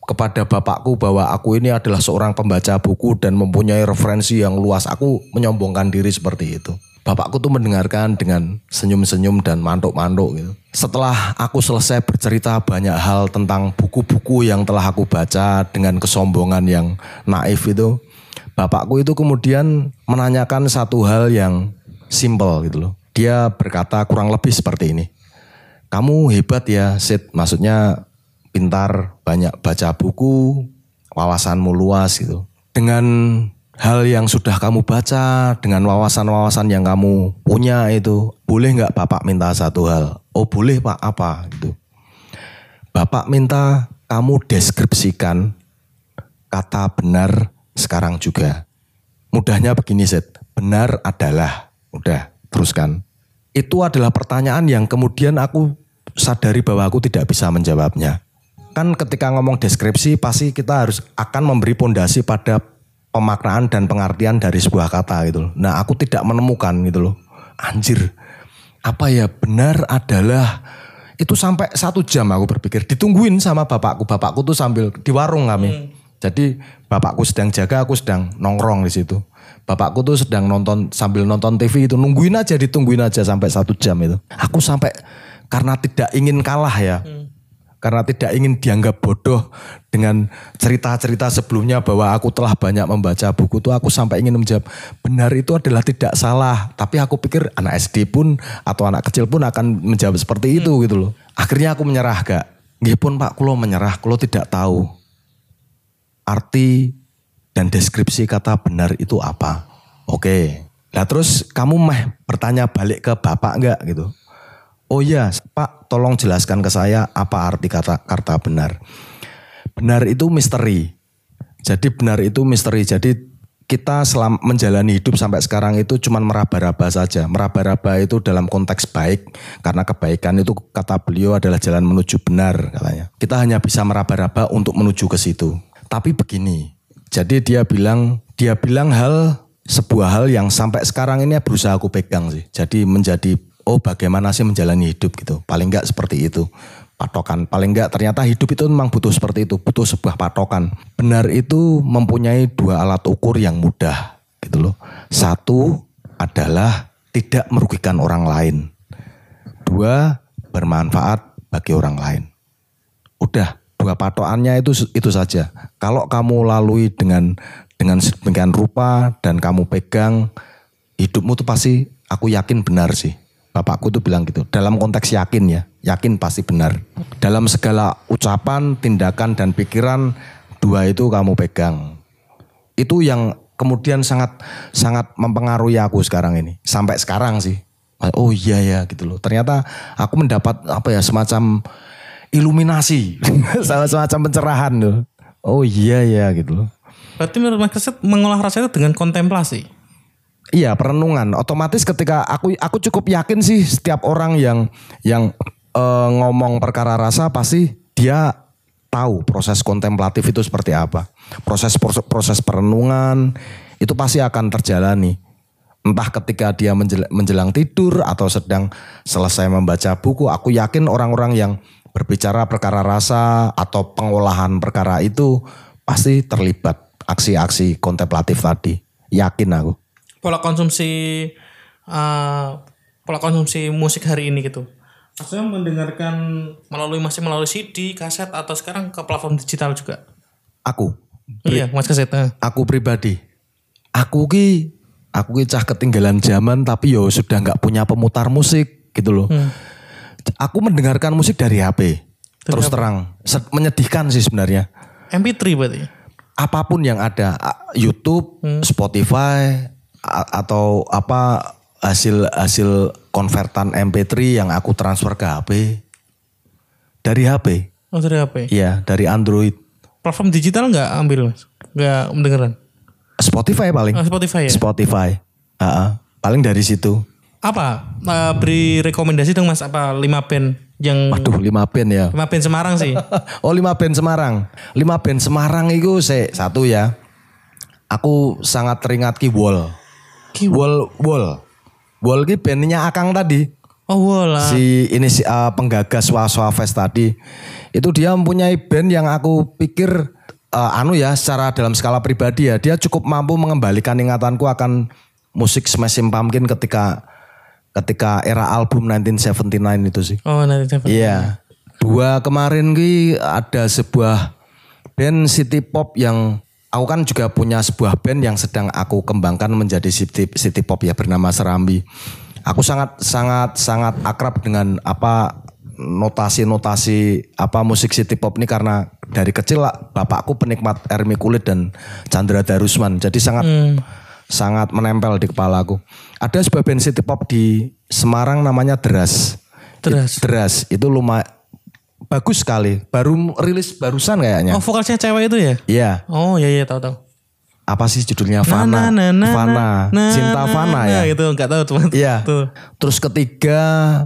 kepada bapakku bahwa aku ini adalah seorang pembaca buku dan mempunyai referensi yang luas. Aku menyombongkan diri seperti itu. Bapakku tuh mendengarkan dengan senyum-senyum dan mantuk-mantuk gitu. Setelah aku selesai bercerita banyak hal tentang buku-buku yang telah aku baca dengan kesombongan yang naif itu, bapakku itu kemudian menanyakan satu hal yang simple gitu loh. Dia berkata kurang lebih seperti ini. Kamu hebat ya, Sid. Maksudnya pintar, banyak baca buku, wawasanmu luas gitu. Dengan hal yang sudah kamu baca, dengan wawasan-wawasan yang kamu punya itu, boleh nggak Bapak minta satu hal? Oh boleh Pak, apa gitu. Bapak minta kamu deskripsikan kata benar sekarang juga. Mudahnya begini Sid, benar adalah, udah teruskan. Itu adalah pertanyaan yang kemudian aku sadari bahwa aku tidak bisa menjawabnya. Kan ketika ngomong deskripsi pasti kita harus akan memberi pondasi pada pemaknaan dan pengertian dari sebuah kata gitu loh. Nah aku tidak menemukan gitu loh. Anjir, apa ya benar adalah, itu sampai satu jam aku berpikir. Ditungguin sama bapakku. Bapakku tuh sambil di warung kami. Hmm. Jadi bapakku sedang jaga, aku sedang nongkrong di situ. Bapakku tuh sedang nonton sambil nonton T V itu. Nungguin aja, ditungguin aja sampai satu jam itu. Aku sampai karena tidak ingin kalah ya. Hmm. Karena tidak ingin dianggap bodoh dengan cerita-cerita sebelumnya bahwa aku telah banyak membaca buku itu, aku sampai ingin menjawab benar itu adalah tidak salah. Tapi aku pikir anak S D pun atau anak kecil pun akan menjawab seperti itu hmm. gitu loh. Akhirnya aku menyerah gak. Nggih pun Pak, kulo menyerah, kulo tidak tahu arti dan deskripsi kata benar itu apa. Oke. Nah terus kamu mah bertanya balik ke bapak enggak gitu. Oh iya Pak, tolong jelaskan ke saya apa arti kata kata benar. Benar itu misteri. Jadi benar itu misteri. Jadi kita selama menjalani hidup sampai sekarang itu cuman meraba-raba saja. Meraba-raba itu dalam konteks baik. Karena kebaikan itu kata beliau adalah jalan menuju benar katanya. Kita hanya bisa meraba-raba untuk menuju ke situ. Tapi begini. Jadi dia bilang, dia bilang hal, sebuah hal yang sampai sekarang ini berusaha aku pegang sih. Jadi menjadi oh bagaimana sih menjalani hidup gitu. Paling enggak seperti itu. Patokan. Paling enggak ternyata hidup itu memang butuh seperti itu. Butuh sebuah patokan. Benar itu mempunyai dua alat ukur yang mudah gitu loh. Satu adalah tidak merugikan orang lain. Dua, bermanfaat bagi orang lain. Udah, dua patokannya itu itu saja. Kalau kamu lalui dengan dengan sedemikian rupa dan kamu pegang, hidupmu tuh pasti aku yakin benar sih. Bapakku tuh bilang gitu, dalam konteks yakin ya, yakin pasti benar. Dalam segala ucapan, tindakan, dan pikiran, dua itu kamu pegang. Itu yang kemudian sangat sangat mempengaruhi aku sekarang ini. Sampai sekarang sih. Oh iya ya gitu loh. Ternyata aku mendapat apa ya, semacam iluminasi. Semacam pencerahan loh. Oh iya ya gitu loh. Berarti menurut Mas Kesit mengolah rasa itu dengan kontemplasi? Iya, perenungan. Otomatis ketika aku aku cukup yakin sih setiap orang yang yang e, ngomong perkara rasa pasti dia tahu proses kontemplatif itu seperti apa. Proses proses, proses perenungan itu pasti akan terjalani. Entah ketika dia menjelang, menjelang tidur atau sedang selesai membaca buku. Aku yakin orang-orang yang berbicara perkara rasa atau pengolahan perkara itu pasti terlibat aksi-aksi kontemplatif tadi. Yakin aku. Pola konsumsi uh, pola konsumsi musik hari ini gitu. Maksudnya mendengarkan melalui masih melalui C D, kaset atau sekarang ke platform digital juga. Aku. Pri- iya, Mas Kesit. Uh. Aku pribadi. Aku ki aku ki cah ketinggalan zaman tapi yo sudah enggak punya pemutar musik gitu loh. Hmm. Aku mendengarkan musik dari H P. Dari terus H P. Terang, menyedihkan sih sebenarnya. M P tiga berarti. Apapun yang ada, YouTube, hmm. Spotify atau apa hasil hasil konvertan M P tiga yang aku transfer ke H P dari H P. Oh dari H P? Iya, dari Android. Platform digital nggak ambil Mas? Nggak mendengarkan? Spotify paling. Oh, Spotify ya? Spotify. Uh-uh. Paling dari situ. Apa? Uh, beri rekomendasi dong Mas, apa lima band yang... Waduh lima band ya. lima band Semarang sih. Oh lima band Semarang. lima band Semarang itu saya satu ya. Aku sangat teringat ki Wall. Wall, Wall. Wall ki bandnya Akang tadi. Oh wala. Si ini si uh, penggagas Waswa Fest tadi. Itu dia mempunyai band yang aku pikir uh, anu ya secara dalam skala pribadi ya. Dia cukup mampu mengembalikan ingatanku akan musik Smashing Pumpkins ketika ketika era album nineteen seventy-nine itu sih. Oh nineteen seventy-nine. Iya. Dua kemarin ki ada sebuah band city pop yang aku kan juga punya sebuah band yang sedang aku kembangkan menjadi city, city pop ya bernama Serambi. Aku sangat sangat sangat akrab dengan apa notasi-notasi apa musik city pop ini karena dari kecil lah, bapakku penikmat Ermi Kulit dan Chandra Darusman. Jadi sangat hmm. sangat menempel di kepalaku. Ada sebuah band city pop di Semarang namanya Deras. Deras. Deras itu lumayan bagus sekali. Baru rilis barusan kayaknya. Oh vokalisnya cewek itu ya? Iya. Oh iya iya tahu tahu. Apa sih judulnya? Fana. Na, na, na, Fana. Na, Cinta na, Fana na, ya. Gitu nggak tahu teman. Iya. Terus ketiga,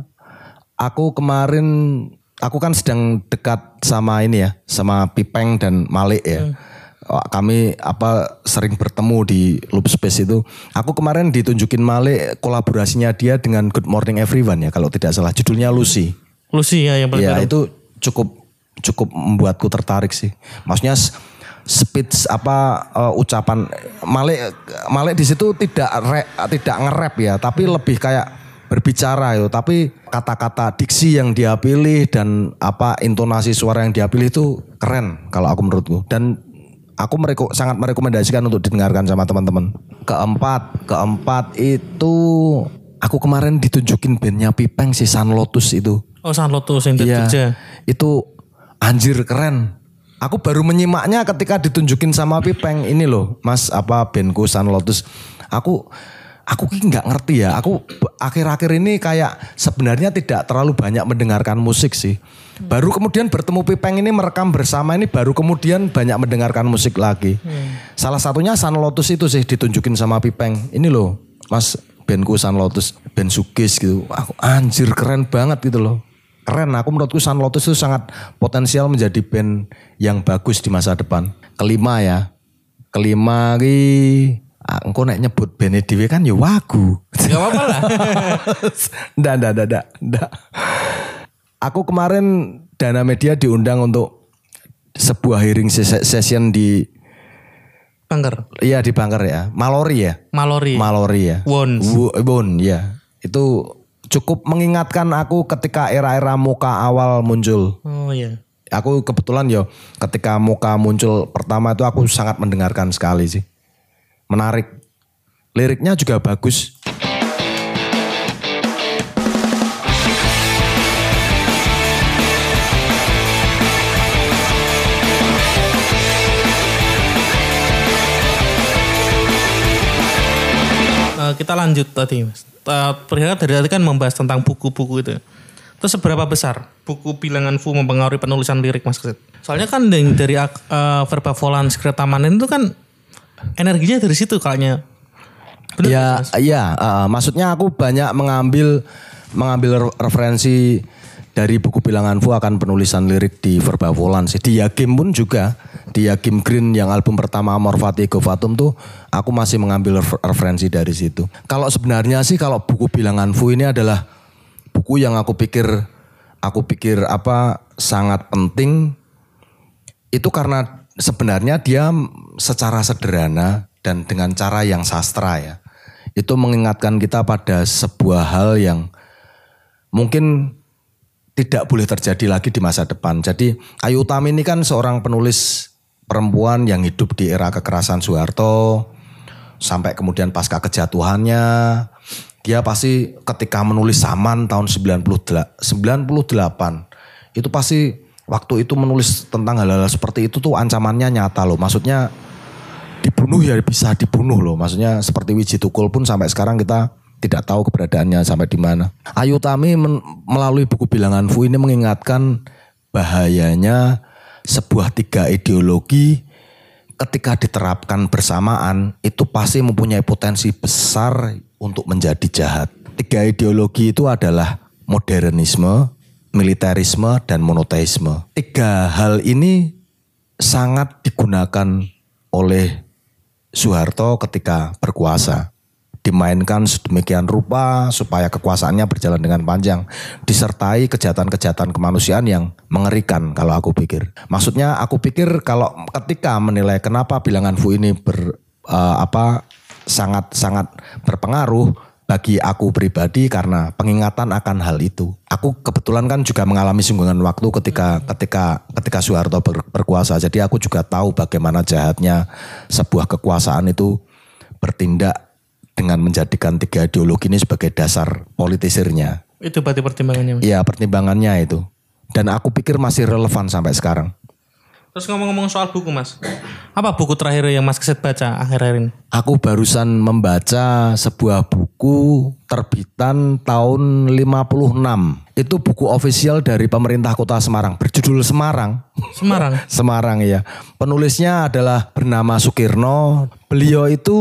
aku kemarin aku kan sedang dekat sama ini ya, sama Pipeng dan Malik ya. Hmm. Kami apa sering bertemu di Loop Space itu. Aku kemarin ditunjukin Malik kolaborasinya dia dengan Good Morning Everyone ya kalau tidak salah. Judulnya Lucy. Lucy ya yang paling ya, baru. Itu cukup cukup membuatku tertarik sih. Maksudnya speech apa uh, ucapan Malik Malik di situ tidak re, tidak nge-rap ya, tapi lebih kayak berbicara itu. Tapi kata-kata diksi yang dia pilih dan apa intonasi suara yang dia pilih itu keren kalau aku menurutku. Dan aku mereko, sangat merekomendasikan untuk didengarkan sama teman-teman. Keempat, keempat itu aku kemarin ditunjukin bandnya Pipeng si Sun Lotus itu. Oh Sun Lotus yang iya, kerja. Itu anjir keren. Aku baru menyimaknya ketika ditunjukin sama Pipeng ini loh, Mas apa bandku Sun Lotus. Aku aku nggak ngerti ya. Aku akhir-akhir ini kayak sebenarnya tidak terlalu banyak mendengarkan musik sih. Baru kemudian bertemu Pipeng ini merekam bersama ini baru kemudian banyak mendengarkan musik lagi. Hmm. Salah satunya Sun Lotus itu sih ditunjukin sama Pipeng. Ini loh, Mas bandku Sun Lotus, band Sugis gitu. Aku anjir keren banget gitu loh. Keren, aku menurutku Sun Lotus itu sangat potensial menjadi band yang bagus di masa depan. Kelima ya, kelima ki, ah, engkau nek nyebut band dhewe kan ya wagu. Gak apa-apa lah. Nggak, nggak, nggak, nggak. Aku kemarin Dana Media diundang untuk sebuah hearing session di Bangker. Iya di Bangker ya, Mallory ya. Mallory. Mallory ya. Won. Won ya. Itu cukup mengingatkan aku ketika era-era Moka awal muncul. Oh iya. Aku kebetulan yo ketika Moka muncul pertama itu aku sangat mendengarkan sekali sih. Menarik. Liriknya juga bagus. Uh, kita lanjut tadi Mas. Uh, Perhatikan dari tadi kan membahas tentang buku-buku itu. Terus seberapa besar buku bilangan Fu mempengaruhi penulisan lirik Mas Kesit? Soalnya kan dari, dari uh, Verba Volans Kereta Manen itu kan energinya dari situ kayaknya. Benar, ya, Mas? iya. Uh, maksudnya aku banyak mengambil mengambil referensi dari buku bilangan Fu akan penulisan lirik di Verba Volans. Di Yakim pun juga. Di Yakim Green yang album pertama Amor Fati Ego Fatum tuh aku masih mengambil referensi dari situ. Kalau sebenarnya sih kalau buku bilangan Fu ini adalah buku yang aku pikir aku pikir apa sangat penting itu karena sebenarnya dia secara sederhana dan dengan cara yang sastra ya. Itu mengingatkan kita pada sebuah hal yang mungkin tidak boleh terjadi lagi di masa depan. Jadi Ayu Utami ini kan seorang penulis perempuan yang hidup di era kekerasan Soeharto sampai kemudian pasca kejatuhannya. Dia pasti ketika menulis Saman tahun sembilan puluh delapan itu pasti waktu itu menulis tentang hal-hal seperti itu tuh ancamannya nyata loh. Maksudnya dibunuh ya bisa dibunuh loh. Maksudnya seperti Wiji Tukul pun sampai sekarang kita tidak tahu keberadaannya sampai di mana. Ayu Utami men- melalui buku bilangan Fu ini mengingatkan bahayanya sebuah tiga ideologi ketika diterapkan bersamaan itu pasti mempunyai potensi besar untuk menjadi jahat. Tiga ideologi itu adalah modernisme, militerisme, dan monoteisme. Tiga hal ini sangat digunakan oleh Soeharto ketika berkuasa. dimainkan sedemikian rupa supaya kekuasaannya berjalan dengan panjang, disertai kejahatan-kejahatan kemanusiaan yang mengerikan kalau aku pikir. Maksudnya aku pikir kalau ketika menilai kenapa bilangan Fu ini ber uh, apa sangat-sangat berpengaruh bagi aku pribadi karena pengingatan akan hal itu. Aku kebetulan kan juga mengalami singgungan waktu ketika ketika ketika Soeharto ber, berkuasa. Jadi aku juga tahu bagaimana jahatnya sebuah kekuasaan itu bertindak dengan menjadikan tiga ideologi ini sebagai dasar politisirnya. Itu berarti pertimbangannya. Iya, pertimbangannya itu. Dan aku pikir masih relevan sampai sekarang. Terus ngomong-ngomong soal buku Mas, apa buku terakhir yang Mas Kesit baca akhir-akhir ini? Aku barusan membaca sebuah buku terbitan tahun lima puluh enam. Itu buku ofisial dari pemerintah kota Semarang, berjudul Semarang. Semarang? Semarang ya. Penulisnya adalah bernama Sukirno. Beliau itu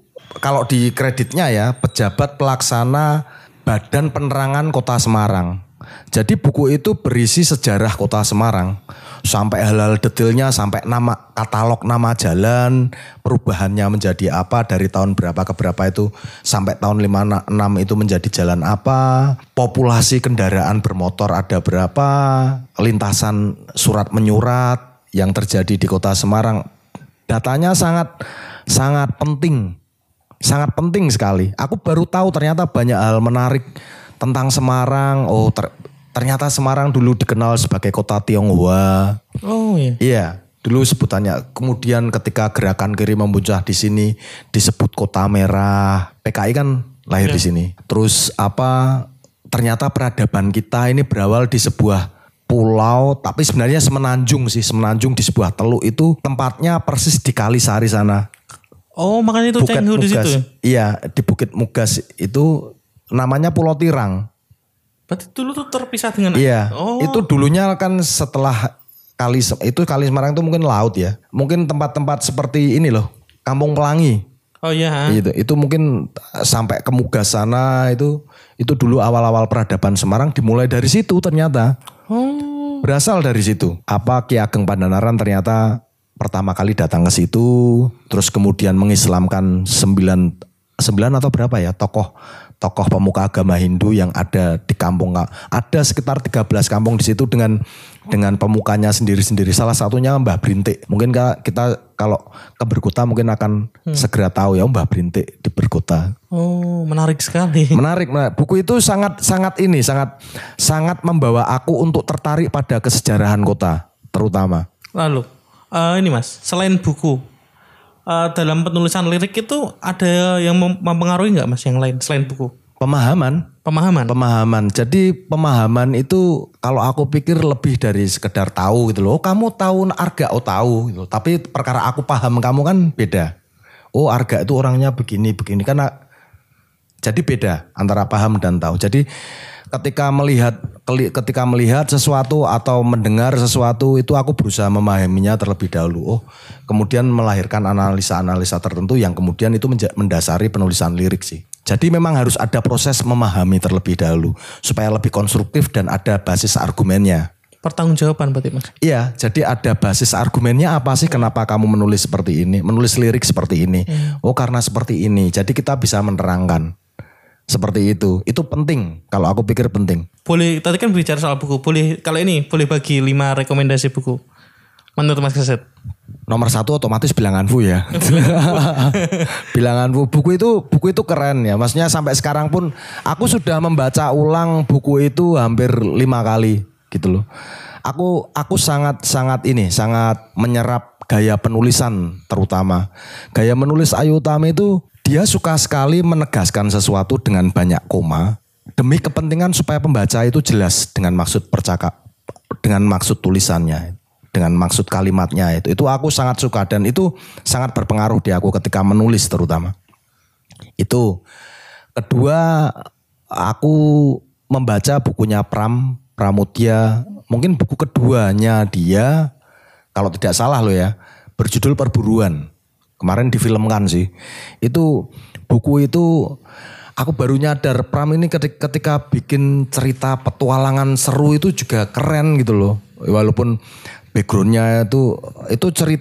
kalau di kreditnya ya, pejabat pelaksana Badan Penerangan Kota Semarang. Jadi buku itu berisi sejarah kota Semarang. Sampai hal-hal detailnya, sampai nama katalog nama jalan, perubahannya menjadi apa dari tahun berapa ke berapa itu. Sampai tahun lima puluh enam itu menjadi jalan apa. Populasi kendaraan bermotor ada berapa. Lintasan surat menyurat yang terjadi di kota Semarang. Datanya sangat sangat penting. Sangat penting sekali. Aku baru tahu ternyata banyak hal menarik tentang Semarang. Oh ter, ternyata Semarang dulu dikenal sebagai kota Tionghoa. Oh iya. Iya, dulu sebutannya. Kemudian ketika gerakan kiri membuncah di sini disebut Kota Merah. P K I kan lahir yeah. di sini. Terus apa? Ternyata peradaban kita ini berawal di sebuah pulau, tapi sebenarnya semenanjung sih, semenanjung di sebuah teluk itu tempatnya persis di Kalisari sana. Oh, makanya itu Chenghu di situ ya? Iya, di Bukit Mugas itu namanya Pulau Tirang. Berarti dulu tuh terpisah dengan Iya, oh. itu dulunya kan setelah Kali itu Kali Semarang itu mungkin laut ya. Mungkin tempat-tempat seperti ini loh, Kampung Pelangi. Oh iya. Itu itu mungkin sampai ke Mugas sana itu itu dulu awal-awal peradaban Semarang dimulai dari situ ternyata. Oh. Berasal dari situ. Apa Ki Ageng Pandanaran ternyata pertama kali datang ke situ, terus kemudian mengislamkan sembilan, sembilan atau berapa ya tokoh tokoh pemuka agama Hindu yang ada di kampung. Ada sekitar tiga belas kampung di situ dengan dengan pemukanya sendiri-sendiri. Salah satunya Mbah Brintik. Mungkin kita kalau ke Berkota mungkin akan hmm. segera tahu ya Mbah Brintik di Berkota. Oh, menarik sekali. Menarik, menarik. Buku itu sangat sangat ini sangat sangat membawa aku untuk tertarik pada kesejarahan kota terutama. Lalu Uh, ini Mas, selain buku, uh, dalam penulisan lirik itu ada yang mempengaruhi nggak Mas yang lain selain buku? Pemahaman. Pemahaman. Pemahaman. Jadi pemahaman itu kalau aku pikir lebih dari sekedar tahu gitu loh. Oh, kamu tahu Arga, oh tahu gitu. Tapi perkara aku paham kamu kan beda. Oh Arga itu orangnya begini begini karena jadi beda antara paham dan tahu. Jadi ketika melihat ketika melihat sesuatu atau mendengar sesuatu itu aku berusaha memahaminya terlebih dahulu. Oh, kemudian melahirkan analisa-analisa tertentu yang kemudian itu mendasari penulisan lirik sih. Jadi memang harus ada proses memahami terlebih dahulu supaya lebih konstruktif dan ada basis argumennya. Pertanggungjawaban berarti Mas. Iya, jadi ada basis argumennya apa sih kenapa kamu menulis seperti ini, menulis lirik seperti ini. Hmm. Oh, karena seperti ini. Jadi kita bisa menerangkan. Seperti itu, itu penting. Kalau aku pikir penting. Boleh, tadi kan bicara soal buku. Boleh, kalau ini boleh bagi lima rekomendasi buku. Menurut Mas Kesit. Nomor satu otomatis bilangan Fu ya. Bilangan Fu, buku itu buku itu keren ya. Maksudnya sampai sekarang pun aku sudah membaca ulang buku itu hampir lima kali gitu loh. Aku aku sangat sangat ini sangat menyerap gaya penulisan terutama. Gaya menulis Ayu Utami itu dia suka sekali menegaskan sesuatu dengan banyak koma demi kepentingan supaya pembaca itu jelas dengan maksud percakap, dengan maksud tulisannya, dengan maksud kalimatnya itu. Itu aku sangat suka dan itu sangat berpengaruh di aku ketika menulis terutama. Itu. Kedua, aku membaca bukunya Pram Pramudia, mungkin buku keduanya dia kalau tidak salah loh ya, berjudul Perburuan. Kemarin difilmkan sih. Itu buku itu aku baru nyadar Pram ini ketika, ketika bikin cerita petualangan seru itu juga keren gitu loh. Walaupun backgroundnya itu itu cerita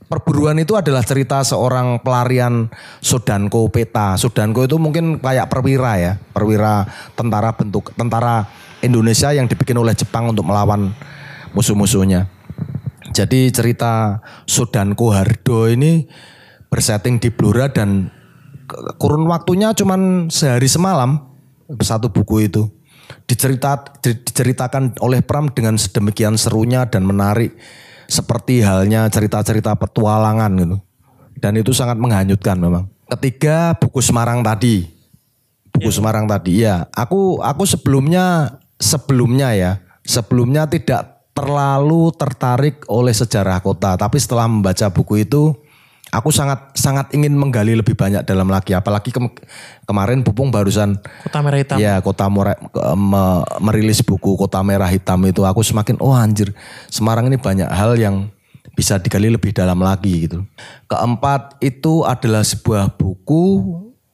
Perburuan itu adalah cerita seorang pelarian Sodanko Peta. Sodanko itu mungkin kayak perwira ya, perwira tentara bentuk tentara Indonesia yang dibikin oleh Jepang untuk melawan musuh-musuhnya. Jadi cerita Sodanko Hardo ini bersetting di Blora dan kurun waktunya cuman sehari semalam satu buku itu. Dicerita, diceritakan oleh Pram dengan sedemikian serunya dan menarik seperti halnya cerita-cerita petualangan gitu. Dan itu sangat menghanyutkan memang. Ketiga buku Semarang tadi. Buku ya. Semarang tadi ya. Aku aku sebelumnya sebelumnya ya, sebelumnya tidak terlalu tertarik oleh sejarah kota, tapi setelah membaca buku itu aku sangat sangat ingin menggali lebih banyak dalam lagi, apalagi ke, kemarin Pupung barusan Kota Merah Hitam. Ya, Kota More, me, merilis buku Kota Merah Hitam itu, aku semakin oh anjir, Semarang ini banyak hal yang bisa digali lebih dalam lagi gitu. Keempat itu adalah sebuah buku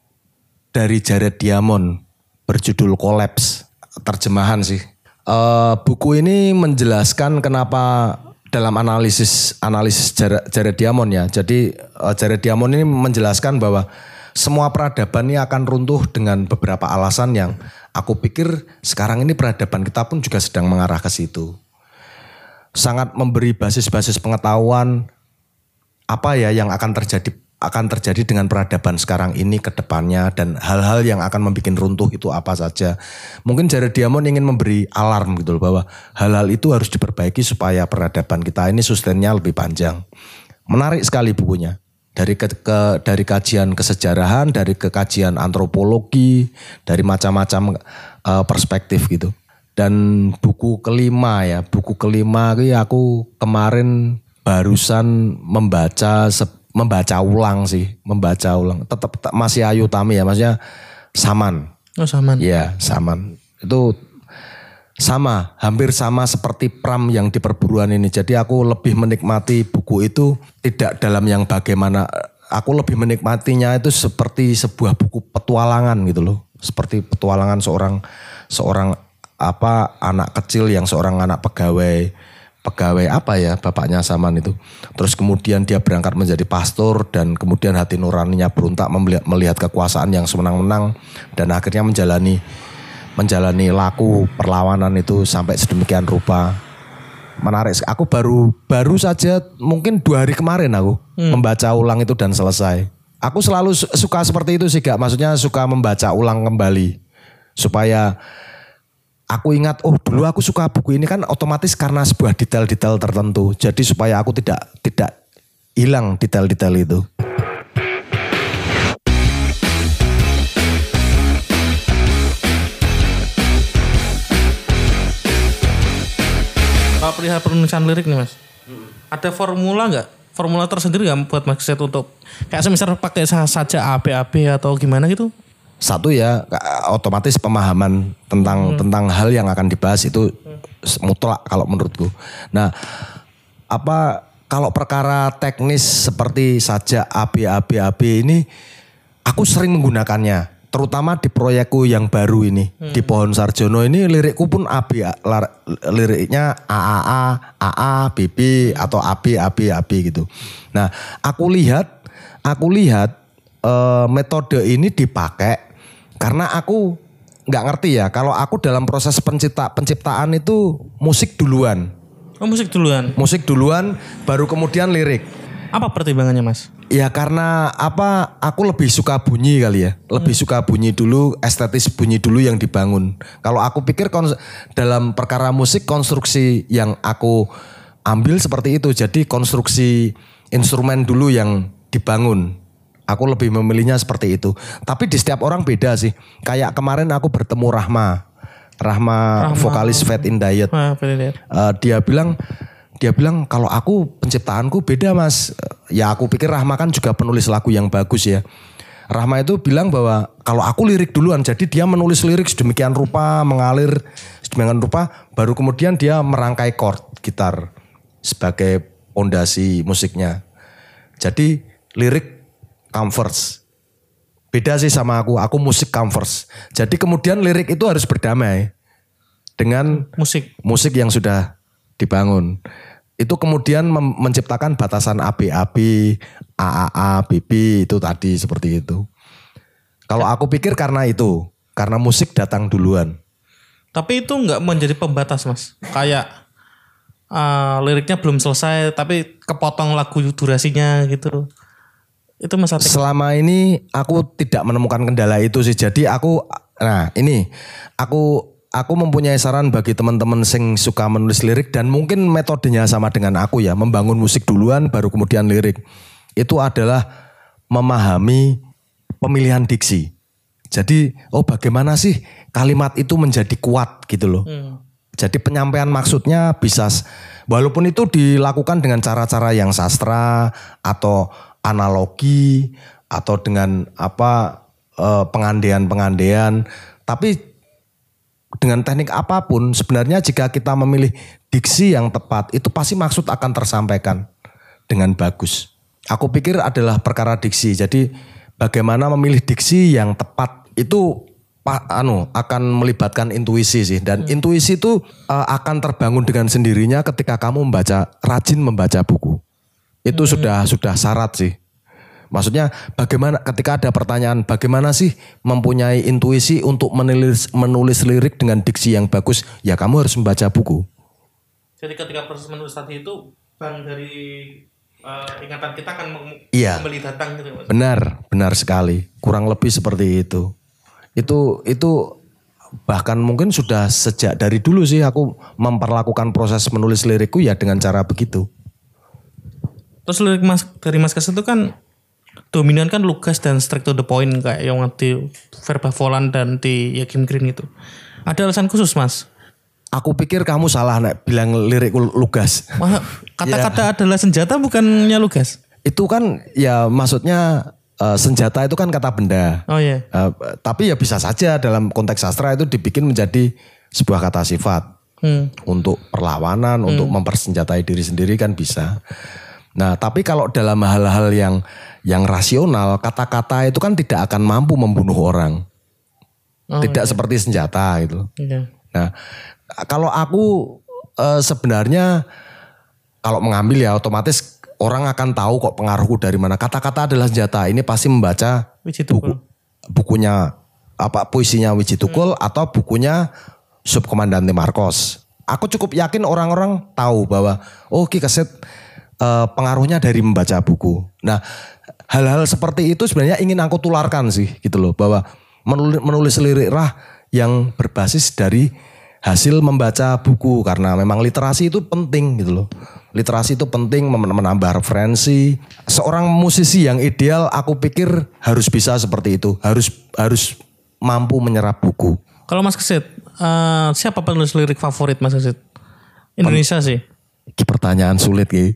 dari Jared Diamond berjudul Collapse, terjemahan sih. Uh, buku ini menjelaskan kenapa dalam analisis analisis Jared Diamond ya. Jadi uh, Jared Diamond ini menjelaskan bahwa semua peradaban ini akan runtuh dengan beberapa alasan yang aku pikir sekarang ini peradaban kita pun juga sedang mengarah ke situ. Sangat memberi basis-basis pengetahuan apa ya yang akan terjadi akan terjadi dengan peradaban sekarang ini ke depannya dan hal-hal yang akan membuat runtuh itu apa saja. Mungkin Jared Diamond ingin memberi alarm gitu loh, bahwa hal-hal itu harus diperbaiki supaya peradaban kita ini sustainnya lebih panjang. Menarik sekali bukunya. Dari ke, ke dari kajian kesejarahan, dari kekajian antropologi, dari macam-macam uh, perspektif gitu. Dan buku kelima ya, buku kelima ini aku kemarin barusan membaca se- membaca ulang sih, membaca ulang. Tetap masih Ayu Tami ya, maksudnya Saman. Oh Saman. Iya, Saman. Itu sama, hampir sama seperti Pram yang di perburuan ini. Jadi aku lebih menikmati buku itu tidak dalam yang bagaimana, aku lebih menikmatinya itu seperti sebuah buku petualangan gitu loh. Seperti petualangan seorang seorang apa anak kecil yang seorang anak pegawai pegawai apa ya bapaknya Saman itu. Terus kemudian dia berangkat menjadi pastor dan kemudian hati nuraninya berontak melihat, melihat kekuasaan yang semenang-menang dan akhirnya menjalani menjalani laku perlawanan itu sampai sedemikian rupa. Menarik. Aku baru baru saja mungkin dua hari kemarin aku hmm. membaca ulang itu dan selesai. Aku selalu suka seperti itu sih Gak. Maksudnya suka membaca ulang kembali supaya aku ingat, oh dulu aku suka buku ini kan otomatis karena sebuah detail-detail tertentu. Jadi supaya aku tidak tidak hilang detail-detail itu. Kalau perihal penulisan lirik nih Mas, hmm. ada formula nggak? Formula tersendiri nggak buat Mas Set untuk kayak semisal pakai saja A B A B atau gimana gitu? Satu ya otomatis pemahaman tentang hmm. tentang hal yang akan dibahas itu hmm. mutlak kalau menurutku. Nah, apa kalau perkara teknis seperti saja A B A B A B ini aku sering menggunakannya, terutama di proyekku yang baru ini hmm. di Pohon Sarjono ini lirikku pun A B liriknya A A A, A A, B B atau A B A B A B gitu. Nah, aku lihat aku lihat uh, metode ini dipakai karena aku nggak ngerti ya, kalau aku dalam proses pencipta penciptaan itu musik duluan. Oh musik duluan. Musik duluan, baru kemudian lirik. Apa pertimbangannya Mas? Ya karena apa? Aku lebih suka bunyi kali ya, lebih hmm. suka bunyi dulu, estetis bunyi dulu yang dibangun. Kalau aku pikir kons- dalam perkara musik konstruksi yang aku ambil seperti itu, jadi konstruksi instrumen dulu yang dibangun. Aku lebih memilihnya seperti itu. Tapi di setiap orang beda sih. Kayak kemarin aku bertemu Rahma. Rahma, Rahma. vokalis Fate in Diet. Ah, uh, dia bilang, dia bilang kalau aku penciptaanku beda Mas. Ya aku pikir Rahma kan juga penulis lagu yang bagus ya. Rahma itu bilang bahwa kalau aku lirik duluan. Jadi dia menulis lirik sedemikian rupa, mengalir sedemikian rupa. Baru kemudian dia merangkai chord gitar sebagai fondasi musiknya. Jadi lirik come first. Beda sih sama aku, aku musik come first. Jadi kemudian lirik itu harus berdamai dengan musik musik yang sudah dibangun. Itu kemudian mem- menciptakan batasan A B A B, A A A, B B itu tadi seperti itu. Kalau aku pikir karena itu, karena musik datang duluan. Tapi itu nggak menjadi pembatas mas. Kayak uh, liriknya belum selesai tapi kepotong lagu durasinya gitu. Itu masalah teknik. Selama ini aku tidak menemukan kendala itu sih. Jadi aku, nah ini aku aku mempunyai saran bagi teman-teman sing suka menulis lirik dan mungkin metodenya sama dengan aku ya, membangun musik duluan baru kemudian lirik. Itu adalah memahami pemilihan diksi. Jadi, oh bagaimana sih kalimat itu menjadi kuat gitu loh. Hmm. Jadi penyampaian maksudnya bisa, walaupun itu dilakukan dengan cara-cara yang sastra atau analogi atau dengan apa eh, pengandaian-pengandaian, tapi dengan teknik apapun sebenarnya jika kita memilih diksi yang tepat itu pasti maksud akan tersampaikan dengan bagus. Aku pikir adalah perkara diksi. Jadi bagaimana memilih diksi yang tepat itu Pak anu akan melibatkan intuisi sih dan hmm. intuisi itu uh, akan terbangun dengan sendirinya ketika kamu membaca rajin membaca buku. Itu hmm. sudah sudah syarat sih. Maksudnya bagaimana ketika ada pertanyaan bagaimana sih mempunyai intuisi untuk menulis menulis lirik dengan diksi yang bagus, ya kamu harus membaca buku. Jadi ketika proses menulis tadi itu bang dari uh, ingatan kita akan mem- iya. kembali datang gitu mas. Benar, benar sekali. Kurang lebih seperti itu. Itu itu bahkan mungkin sudah sejak dari dulu sih aku memperlakukan proses menulis lirikku ya dengan cara begitu. Terus lirik mas dari Mas Kaset itu kan dominan kan lugas dan straight to the point kayak yang di Verba Volan dan di Yakin Green itu. Ada alasan khusus mas? Aku pikir kamu salah nek bilang lirik lugas. Wah, kata-kata ya. Adalah senjata bukannya lugas? Itu kan ya maksudnya uh, senjata itu kan kata benda. Oh iya. Uh, tapi ya bisa saja dalam konteks sastra itu dibikin menjadi sebuah kata sifat. Hmm. Untuk perlawanan, hmm. untuk mempersenjatai diri sendiri kan bisa. Nah tapi kalau dalam hal-hal yang yang rasional, kata-kata itu kan tidak akan mampu membunuh orang. Oh, tidak iya. Seperti senjata gitu. Iya. Nah kalau aku e, sebenarnya kalau mengambil ya otomatis orang akan tahu kok pengaruhku dari mana. Kata-kata adalah senjata. Ini pasti membaca buku, bukunya apa puisinya Wiji Tukul hmm. atau bukunya Subkomandante Marcos. Aku cukup yakin orang-orang tahu bahwa oh Ki Kaset e, pengaruhnya dari membaca buku. Nah hal-hal seperti itu sebenarnya ingin aku tularkan sih gitu loh, bahwa menulis, menulis liriklah yang berbasis dari hasil membaca buku, karena memang literasi itu penting gitu loh. Literasi itu penting menambah referensi. Seorang musisi yang ideal aku pikir harus bisa seperti itu, harus harus mampu menyerap buku. Kalau Mas Kaset, uh, siapa penulis lirik favorit Mas Kaset? Indonesia Pen- sih. Pertanyaan sulit Ki.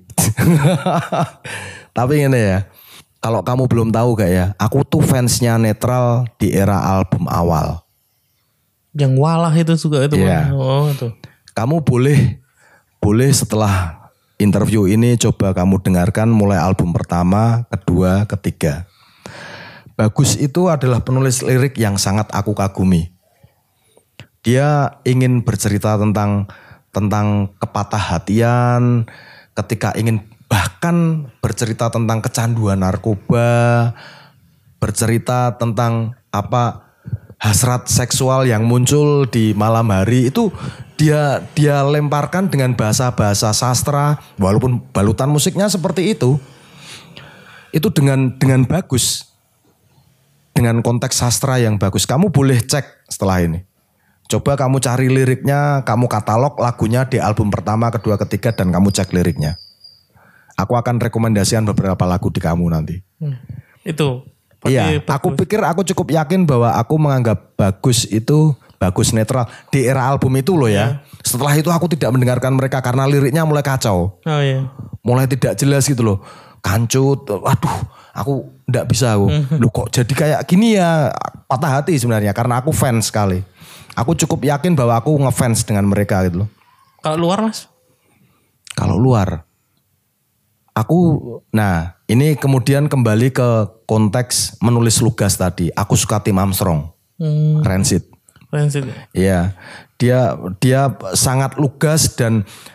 Tapi ini ya. Kalau kamu belum tahu gak ya, aku tuh fansnya Netral di era album awal. Yang Walah itu juga itu. Yeah. Oh, itu. Kamu boleh boleh setelah interview ini coba kamu dengarkan mulai album pertama, kedua, ketiga. Bagus itu adalah penulis lirik yang sangat aku kagumi. Dia ingin bercerita tentang tentang kepatah hatian, ketika ingin bahkan bercerita tentang kecanduan narkoba, bercerita tentang apa hasrat seksual yang muncul di malam hari, itu dia dia lemparkan dengan bahasa-bahasa sastra, walaupun balutan musiknya seperti itu. Itu dengan dengan bagus. Dengan konteks sastra yang bagus. Kamu boleh cek setelah ini. Coba kamu cari liriknya, kamu katalog lagunya di album pertama, kedua, ketiga, dan kamu cek liriknya. Aku akan rekomendasikan beberapa lagu di kamu nanti. Hmm. Itu. Iya, bagus. Aku pikir aku cukup yakin bahwa aku menganggap bagus itu bagus Netral di era album itu loh ya. Yeah. Setelah itu aku tidak mendengarkan mereka karena liriknya mulai kacau. Oh iya. Mulai tidak jelas gitu loh. Kancut, waduh, aku enggak bisa aku. Loh kok jadi kayak gini ya, patah hati sebenarnya karena aku fans sekali. Aku cukup yakin bahwa aku ngefans dengan mereka gitu loh. Kalau luar Mas? Kalau luar aku, nah ini kemudian kembali ke konteks menulis lugas tadi. Aku suka Tim Armstrong, hmm. Rancid. Rancid. Iya, dia dia sangat lugas dan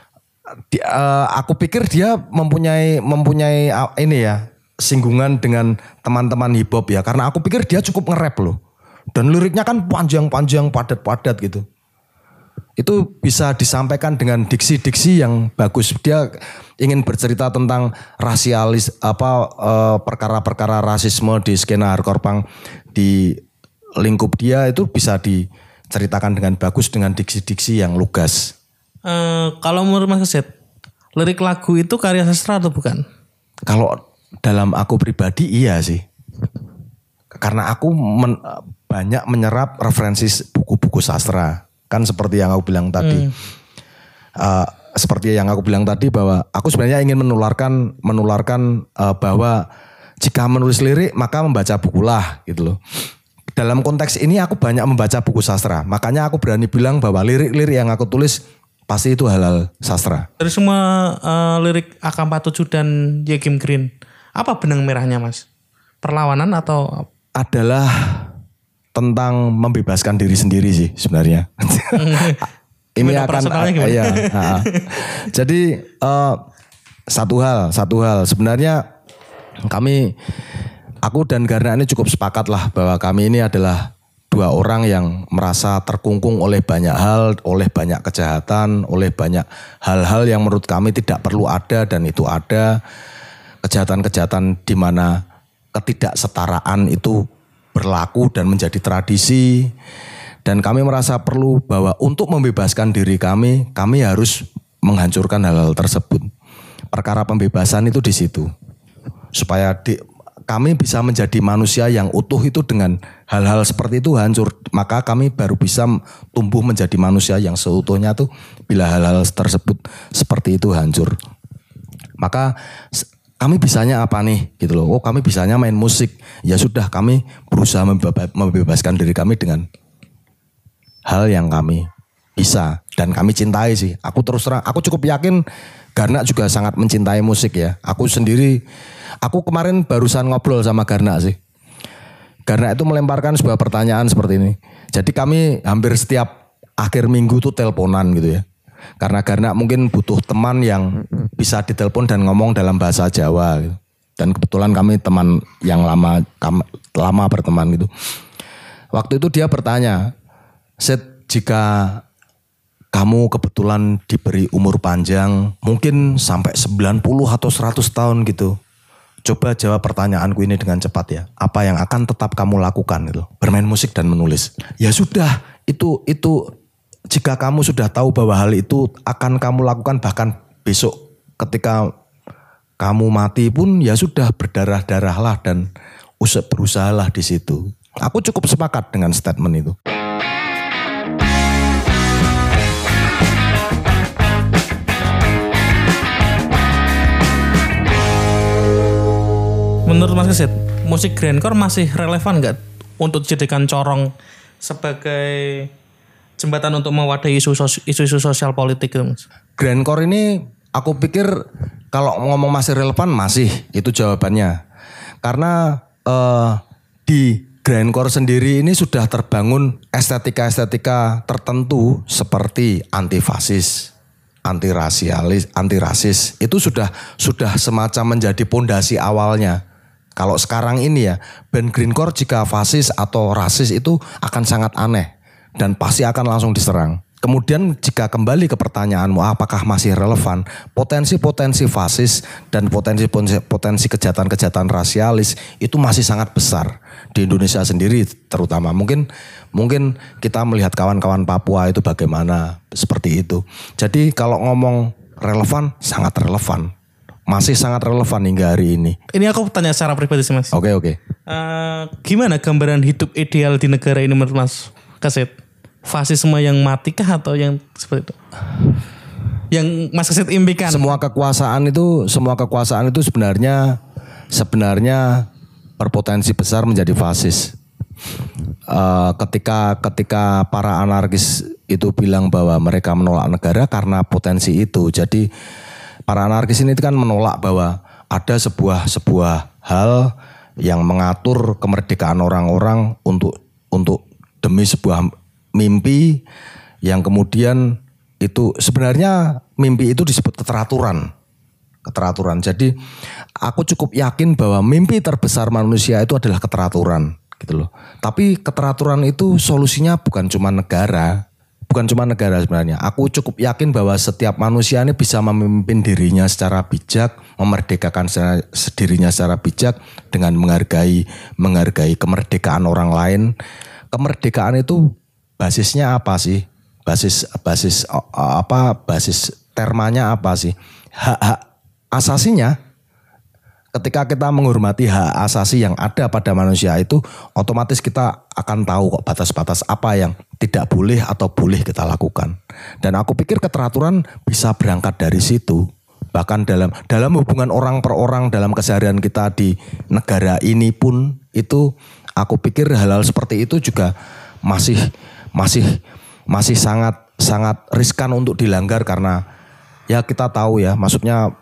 Di, uh, aku pikir dia mempunyai mempunyai uh, ini ya singgungan dengan teman-teman hip hop ya, karena aku pikir dia cukup nge-rap loh, dan liriknya kan panjang-panjang padat-padat gitu. Itu bisa disampaikan dengan diksi-diksi yang bagus. Dia ingin bercerita tentang rasialis apa uh, perkara-perkara rasisme di skena hardcore punk di lingkup dia, itu bisa diceritakan dengan bagus dengan diksi-diksi yang lugas. Uh, kalau menurut Mas Kesit, lirik lagu itu karya sastra atau bukan? Kalau dalam aku pribadi iya sih. Karena aku men, banyak menyerap referensi buku-buku sastra. Kan seperti yang aku bilang tadi. Hmm. Uh, seperti yang aku bilang tadi bahwa aku sebenarnya ingin menularkan menularkan uh, bahwa jika menulis lirik maka membaca bukulah gitu loh. Dalam konteks ini aku banyak membaca buku sastra. Makanya aku berani bilang bahwa lirik-lirik yang aku tulis pasti itu halal sastra. Dari semua uh, lirik A K empat puluh tujuh dan Joachim Green, apa benang merahnya Mas? Perlawanan atau? Adalah tentang membebaskan diri sendiri sih sebenarnya. Ini akan ya. Nah, jadi uh, satu hal, satu hal sebenarnya kami, aku dan Garna ini cukup sepakat lah bahwa kami ini adalah dua orang yang merasa terkungkung oleh banyak hal, oleh banyak kejahatan, oleh banyak hal-hal yang menurut kami tidak perlu ada dan itu ada. Kejahatan-kejahatan di mana ketidaksetaraan itu berlaku dan menjadi tradisi. Dan kami merasa perlu bahwa untuk membebaskan diri kami, kami harus menghancurkan hal-hal tersebut. Perkara pembebasan itu di situ. Supaya di kami bisa menjadi manusia yang utuh itu dengan hal-hal seperti itu hancur. Maka kami baru bisa tumbuh menjadi manusia yang seutuhnya tuh bila hal-hal tersebut seperti itu hancur. Maka kami bisanya apa nih gitu loh. Oh kami bisanya main musik. Ya sudah kami berusaha membebaskan diri kami dengan hal yang kami bisa. Dan kami cintai sih. Aku terus terang, aku cukup yakin Garna juga sangat mencintai musik ya. Aku sendiri, aku kemarin barusan ngobrol sama Garna sih. Garna itu melemparkan sebuah pertanyaan seperti ini. Jadi kami hampir setiap akhir minggu tuh teleponan gitu ya. Karena Garna mungkin butuh teman yang bisa ditelepon dan ngomong dalam bahasa Jawa gitu. Dan kebetulan kami teman yang lama lama berteman gitu. Waktu itu dia bertanya, "Set, jika kamu kebetulan diberi umur panjang, mungkin sampai sembilan puluh atau seratus tahun gitu. Coba jawab pertanyaanku ini dengan cepat ya. Apa yang akan tetap kamu lakukan gitu? Bermain musik dan menulis." Ya sudah, itu itu jika kamu sudah tahu bahwa hal itu akan kamu lakukan bahkan besok ketika kamu mati pun ya sudah berdarah-darahlah dan usah berusahalah di situ. Aku cukup sepakat dengan statement itu. Menurut Mas Kesit, musik grindcore masih relevan nggak untuk dijadikan corong sebagai jembatan untuk mewadahi isu sos- isu-isu sosial politik itu, Mas? Grindcore ini aku pikir kalau ngomong masih relevan masih, itu jawabannya. Karena uh, di grindcore sendiri ini sudah terbangun estetika-estetika tertentu seperti antifasis, antirasialis, antirasis. Itu sudah sudah semacam menjadi pondasi awalnya. Kalau sekarang ini ya, band grindcore jika fasis atau rasis itu akan sangat aneh dan pasti akan langsung diserang. Kemudian jika kembali ke pertanyaanmu apakah masih relevan, potensi-potensi fasis dan potensi-potensi kejahatan-kejahatan rasialis itu masih sangat besar di Indonesia sendiri terutama. Mungkin mungkin kita melihat kawan-kawan Papua itu bagaimana seperti itu. Jadi kalau ngomong relevan, sangat relevan. Masih sangat relevan hingga hari ini. Ini aku tanya secara pribadi sih Mas. Oke okay, oke. Okay. Uh, gimana gambaran hidup ideal di negara ini menurut Mas Kesit? Fasisme yang matikah atau yang seperti itu? Yang Mas Kesit impikan? Semua kekuasaan itu, semua kekuasaan itu sebenarnya sebenarnya berpotensi besar menjadi fasis. Uh, ketika ketika para anarkis itu bilang bahwa mereka menolak negara karena potensi itu, jadi para anarkis ini kan menolak bahwa ada sebuah sebuah hal yang mengatur kemerdekaan orang-orang untuk untuk demi sebuah mimpi yang kemudian itu sebenarnya mimpi itu disebut keteraturan. Keteraturan. Jadi aku cukup yakin bahwa mimpi terbesar manusia itu adalah keteraturan gitu loh. Tapi keteraturan itu solusinya bukan cuma negara, bukan cuma negara sebenarnya. Aku cukup yakin bahwa setiap manusia ini bisa memimpin dirinya secara bijak, memerdekakan dirinya secara bijak dengan menghargai menghargai kemerdekaan orang lain. Kemerdekaan itu basisnya apa sih? Basis basis apa? Basis termanya apa sih? Hak-hak asasinya, ketika kita menghormati hak asasi yang ada pada manusia itu, otomatis kita akan tahu kok batas-batas apa yang tidak boleh atau boleh kita lakukan. Dan aku pikir keteraturan bisa berangkat dari situ. Bahkan dalam dalam hubungan orang per orang, dalam keseharian kita di negara ini pun, itu aku pikir hal-hal seperti itu juga masih masih masih sangat sangat riskan untuk dilanggar, karena ya kita tahu ya, maksudnya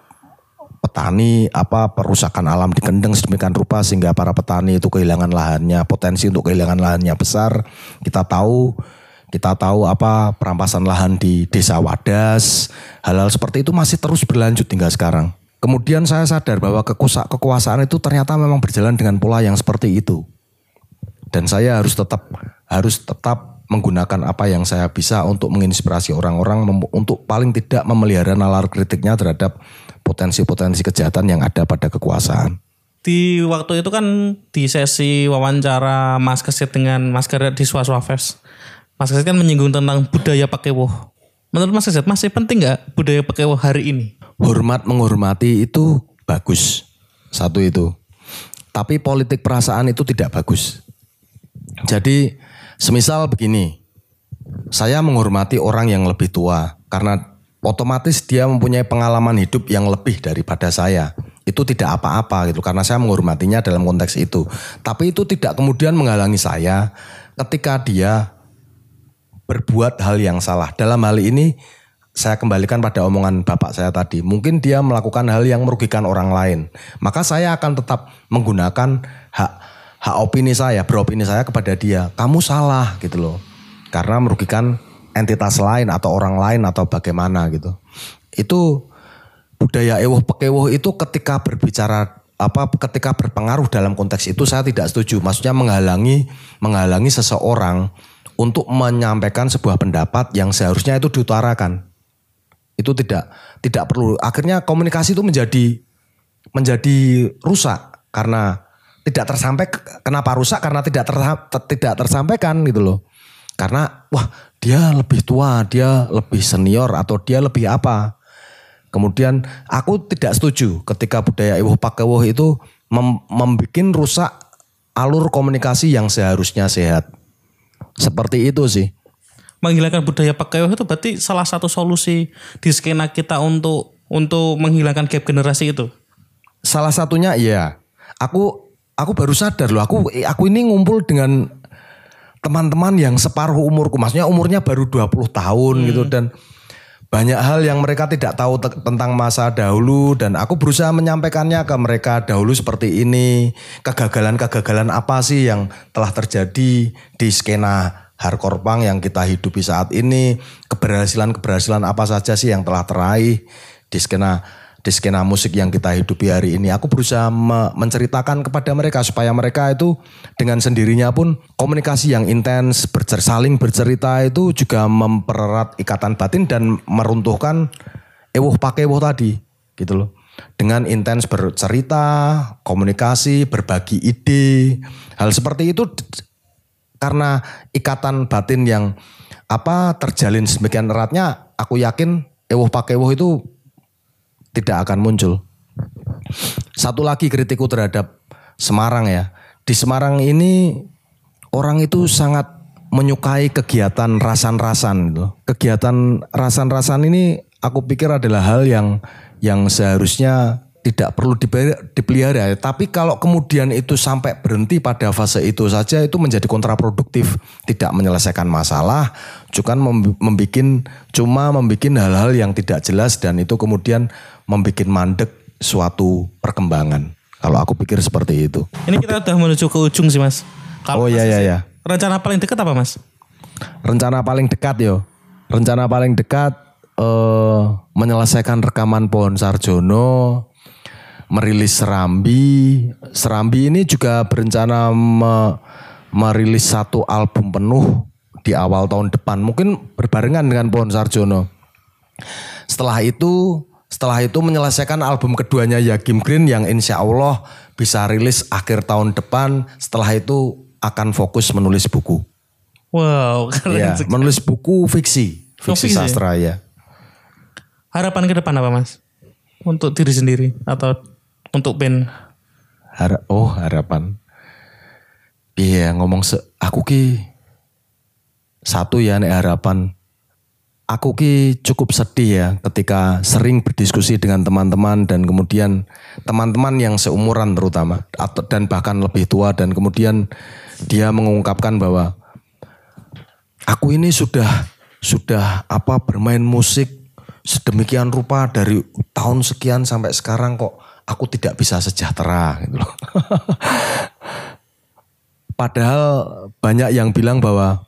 petani apa perusakan alam dikendeng sedemikian rupa sehingga para petani itu kehilangan lahannya, potensi untuk kehilangan lahannya besar. Kita tahu kita tahu apa perampasan lahan di Desa Wadas. Hal-hal seperti itu masih terus berlanjut hingga sekarang. Kemudian saya sadar bahwa kekuasa, kekuasaan itu ternyata memang berjalan dengan pola yang seperti itu. Dan saya harus tetap harus tetap menggunakan apa yang saya bisa untuk menginspirasi orang-orang mem- untuk paling tidak memelihara nalar kritiknya terhadap potensi-potensi kejahatan yang ada pada kekuasaan. Di waktu itu kan di sesi wawancara Mas Kesit dengan Mas Karet di Swaswafes, Mas Kesit kan menyinggung tentang budaya pakewoh. Menurut Mas Kesit masih penting nggak budaya pakewoh hari ini? Hormat menghormati itu bagus, satu itu. Tapi politik perasaan itu tidak bagus. Jadi semisal begini, saya menghormati orang yang lebih tua karena otomatis dia mempunyai pengalaman hidup yang lebih daripada saya. Itu tidak apa-apa gitu, karena saya menghormatinya dalam konteks itu. Tapi itu tidak kemudian menghalangi saya ketika dia berbuat hal yang salah. Dalam hal ini saya kembalikan pada omongan bapak saya tadi. Mungkin dia melakukan hal yang merugikan orang lain. Maka saya akan tetap menggunakan hak hak opini saya, beropini saya kepada dia. Kamu salah gitu loh. Karena merugikan entitas lain atau orang lain atau bagaimana gitu. Itu budaya ewoh pekewoh itu ketika berbicara apa ketika berpengaruh dalam konteks itu saya tidak setuju. Maksudnya menghalangi menghalangi seseorang untuk menyampaikan sebuah pendapat yang seharusnya itu diutarakan. Itu tidak tidak perlu. Akhirnya komunikasi itu menjadi menjadi rusak karena tidak tersampaikan. Kenapa rusak? Karena tidak ter, tidak tersampaikan gitu loh. Karena wah dia lebih tua, dia lebih senior atau dia lebih apa. Kemudian aku tidak setuju ketika budaya ewoh pakewoh itu mem- membuat rusak alur komunikasi yang seharusnya sehat. Seperti itu sih. Menghilangkan budaya pakewoh itu berarti salah satu solusi di skena kita untuk untuk menghilangkan gap generasi itu. Salah satunya iya. Aku aku baru sadar loh. Aku aku ini ngumpul dengan teman-teman yang separuh umurku, maksudnya umurnya baru dua puluh tahun hmm. gitu, dan banyak hal yang mereka tidak tahu te- tentang masa dahulu, dan aku berusaha menyampaikannya ke mereka dahulu seperti ini, kegagalan-kegagalan apa sih yang telah terjadi di skena hardcore punk yang kita hidupi saat ini, keberhasilan-keberhasilan apa saja sih yang telah teraih di skena di skena musik yang kita hidupi hari ini. Aku berusaha me- menceritakan kepada mereka supaya mereka itu dengan sendirinya pun komunikasi yang intens, bercer- saling bercerita itu juga mempererat ikatan batin dan meruntuhkan ewoh pakewoh tadi gitu loh. Dengan intens bercerita, komunikasi, berbagi ide, hal seperti itu karena ikatan batin yang apa terjalin sedemikian eratnya, aku yakin ewoh pakewoh itu tidak akan muncul. Satu lagi kritikku terhadap Semarang ya. Di Semarang ini orang itu sangat menyukai kegiatan rasan-rasan gitu. Kegiatan rasan-rasan ini aku pikir adalah hal yang yang seharusnya tidak perlu dipelihara. Tapi kalau kemudian itu sampai berhenti pada fase itu saja, itu menjadi kontraproduktif. Tidak menyelesaikan masalah, juga membikin, cuma membikin hal-hal yang tidak jelas, dan itu kemudian membikin mandek suatu perkembangan. Kalau aku pikir seperti itu. Ini kita udah menuju ke ujung sih Mas. Kalau oh iya iya iya. Rencana paling dekat apa Mas? Rencana paling dekat yo. Rencana paling dekat eh, menyelesaikan rekaman Pohon Sarjono, merilis Serambi. Serambi ini juga berencana me- merilis satu album penuh di awal tahun depan, mungkin berbarengan dengan Pohon Sarjono. Setelah itu, setelah itu menyelesaikan album keduanya Yakim Green yang insya Allah bisa rilis akhir tahun depan. Setelah itu akan fokus menulis buku. Wow, keren Ya, sekali. menulis buku fiksi, fiksi fiksi. sastra ya. Harapan ke depan apa Mas? Untuk diri sendiri atau untuk band? Har- oh harapan. Iya ngomong se aku ki satu ya nek harapan. Aku ki cukup sedih ya ketika sering berdiskusi dengan teman-teman dan kemudian teman-teman yang seumuran terutama atau dan bahkan lebih tua dan kemudian dia mengungkapkan bahwa aku ini sudah sudah apa bermain musik sedemikian rupa dari tahun sekian sampai sekarang kok aku tidak bisa sejahtera gitu loh. Padahal banyak yang bilang bahwa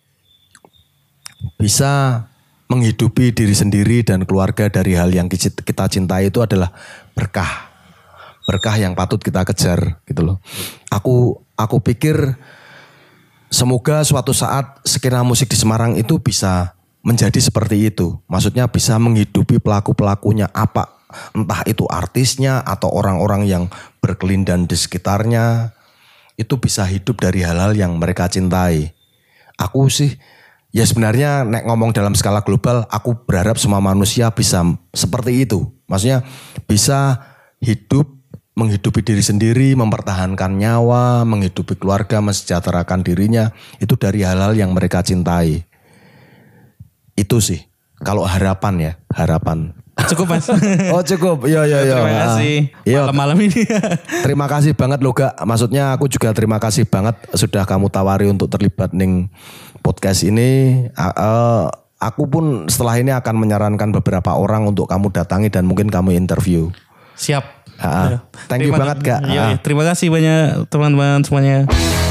bisa menghidupi diri sendiri dan keluarga dari hal yang kita cintai itu adalah berkah. Berkah yang patut kita kejar gitu loh. Aku aku pikir semoga suatu saat skena musik di Semarang itu bisa menjadi seperti itu. Maksudnya bisa menghidupi pelaku-pelakunya apa. Entah itu artisnya atau orang-orang yang berkelindan di sekitarnya. Itu bisa hidup dari hal-hal yang mereka cintai. Aku sih ya sebenarnya nek ngomong dalam skala global, aku berharap semua manusia bisa seperti itu. Maksudnya bisa hidup, menghidupi diri sendiri, mempertahankan nyawa, menghidupi keluarga, mensejahterakan dirinya. Itu dari hal-hal yang mereka cintai. Itu sih, kalau harapan ya, harapan. Cukup Mas. Oh cukup, iya iya iya. Terima kasih Iya. malam-malam ini. Terima kasih banget loh Gak. Maksudnya aku juga terima kasih banget sudah kamu tawari untuk terlibat ning podcast ini. Uh, aku pun setelah ini akan menyarankan beberapa orang untuk kamu datangi dan mungkin kamu interview. Siap. Ha, Ya. thank you Terima- banget Kak. Iya, Ha. iya. Terima kasih banyak teman-teman semuanya.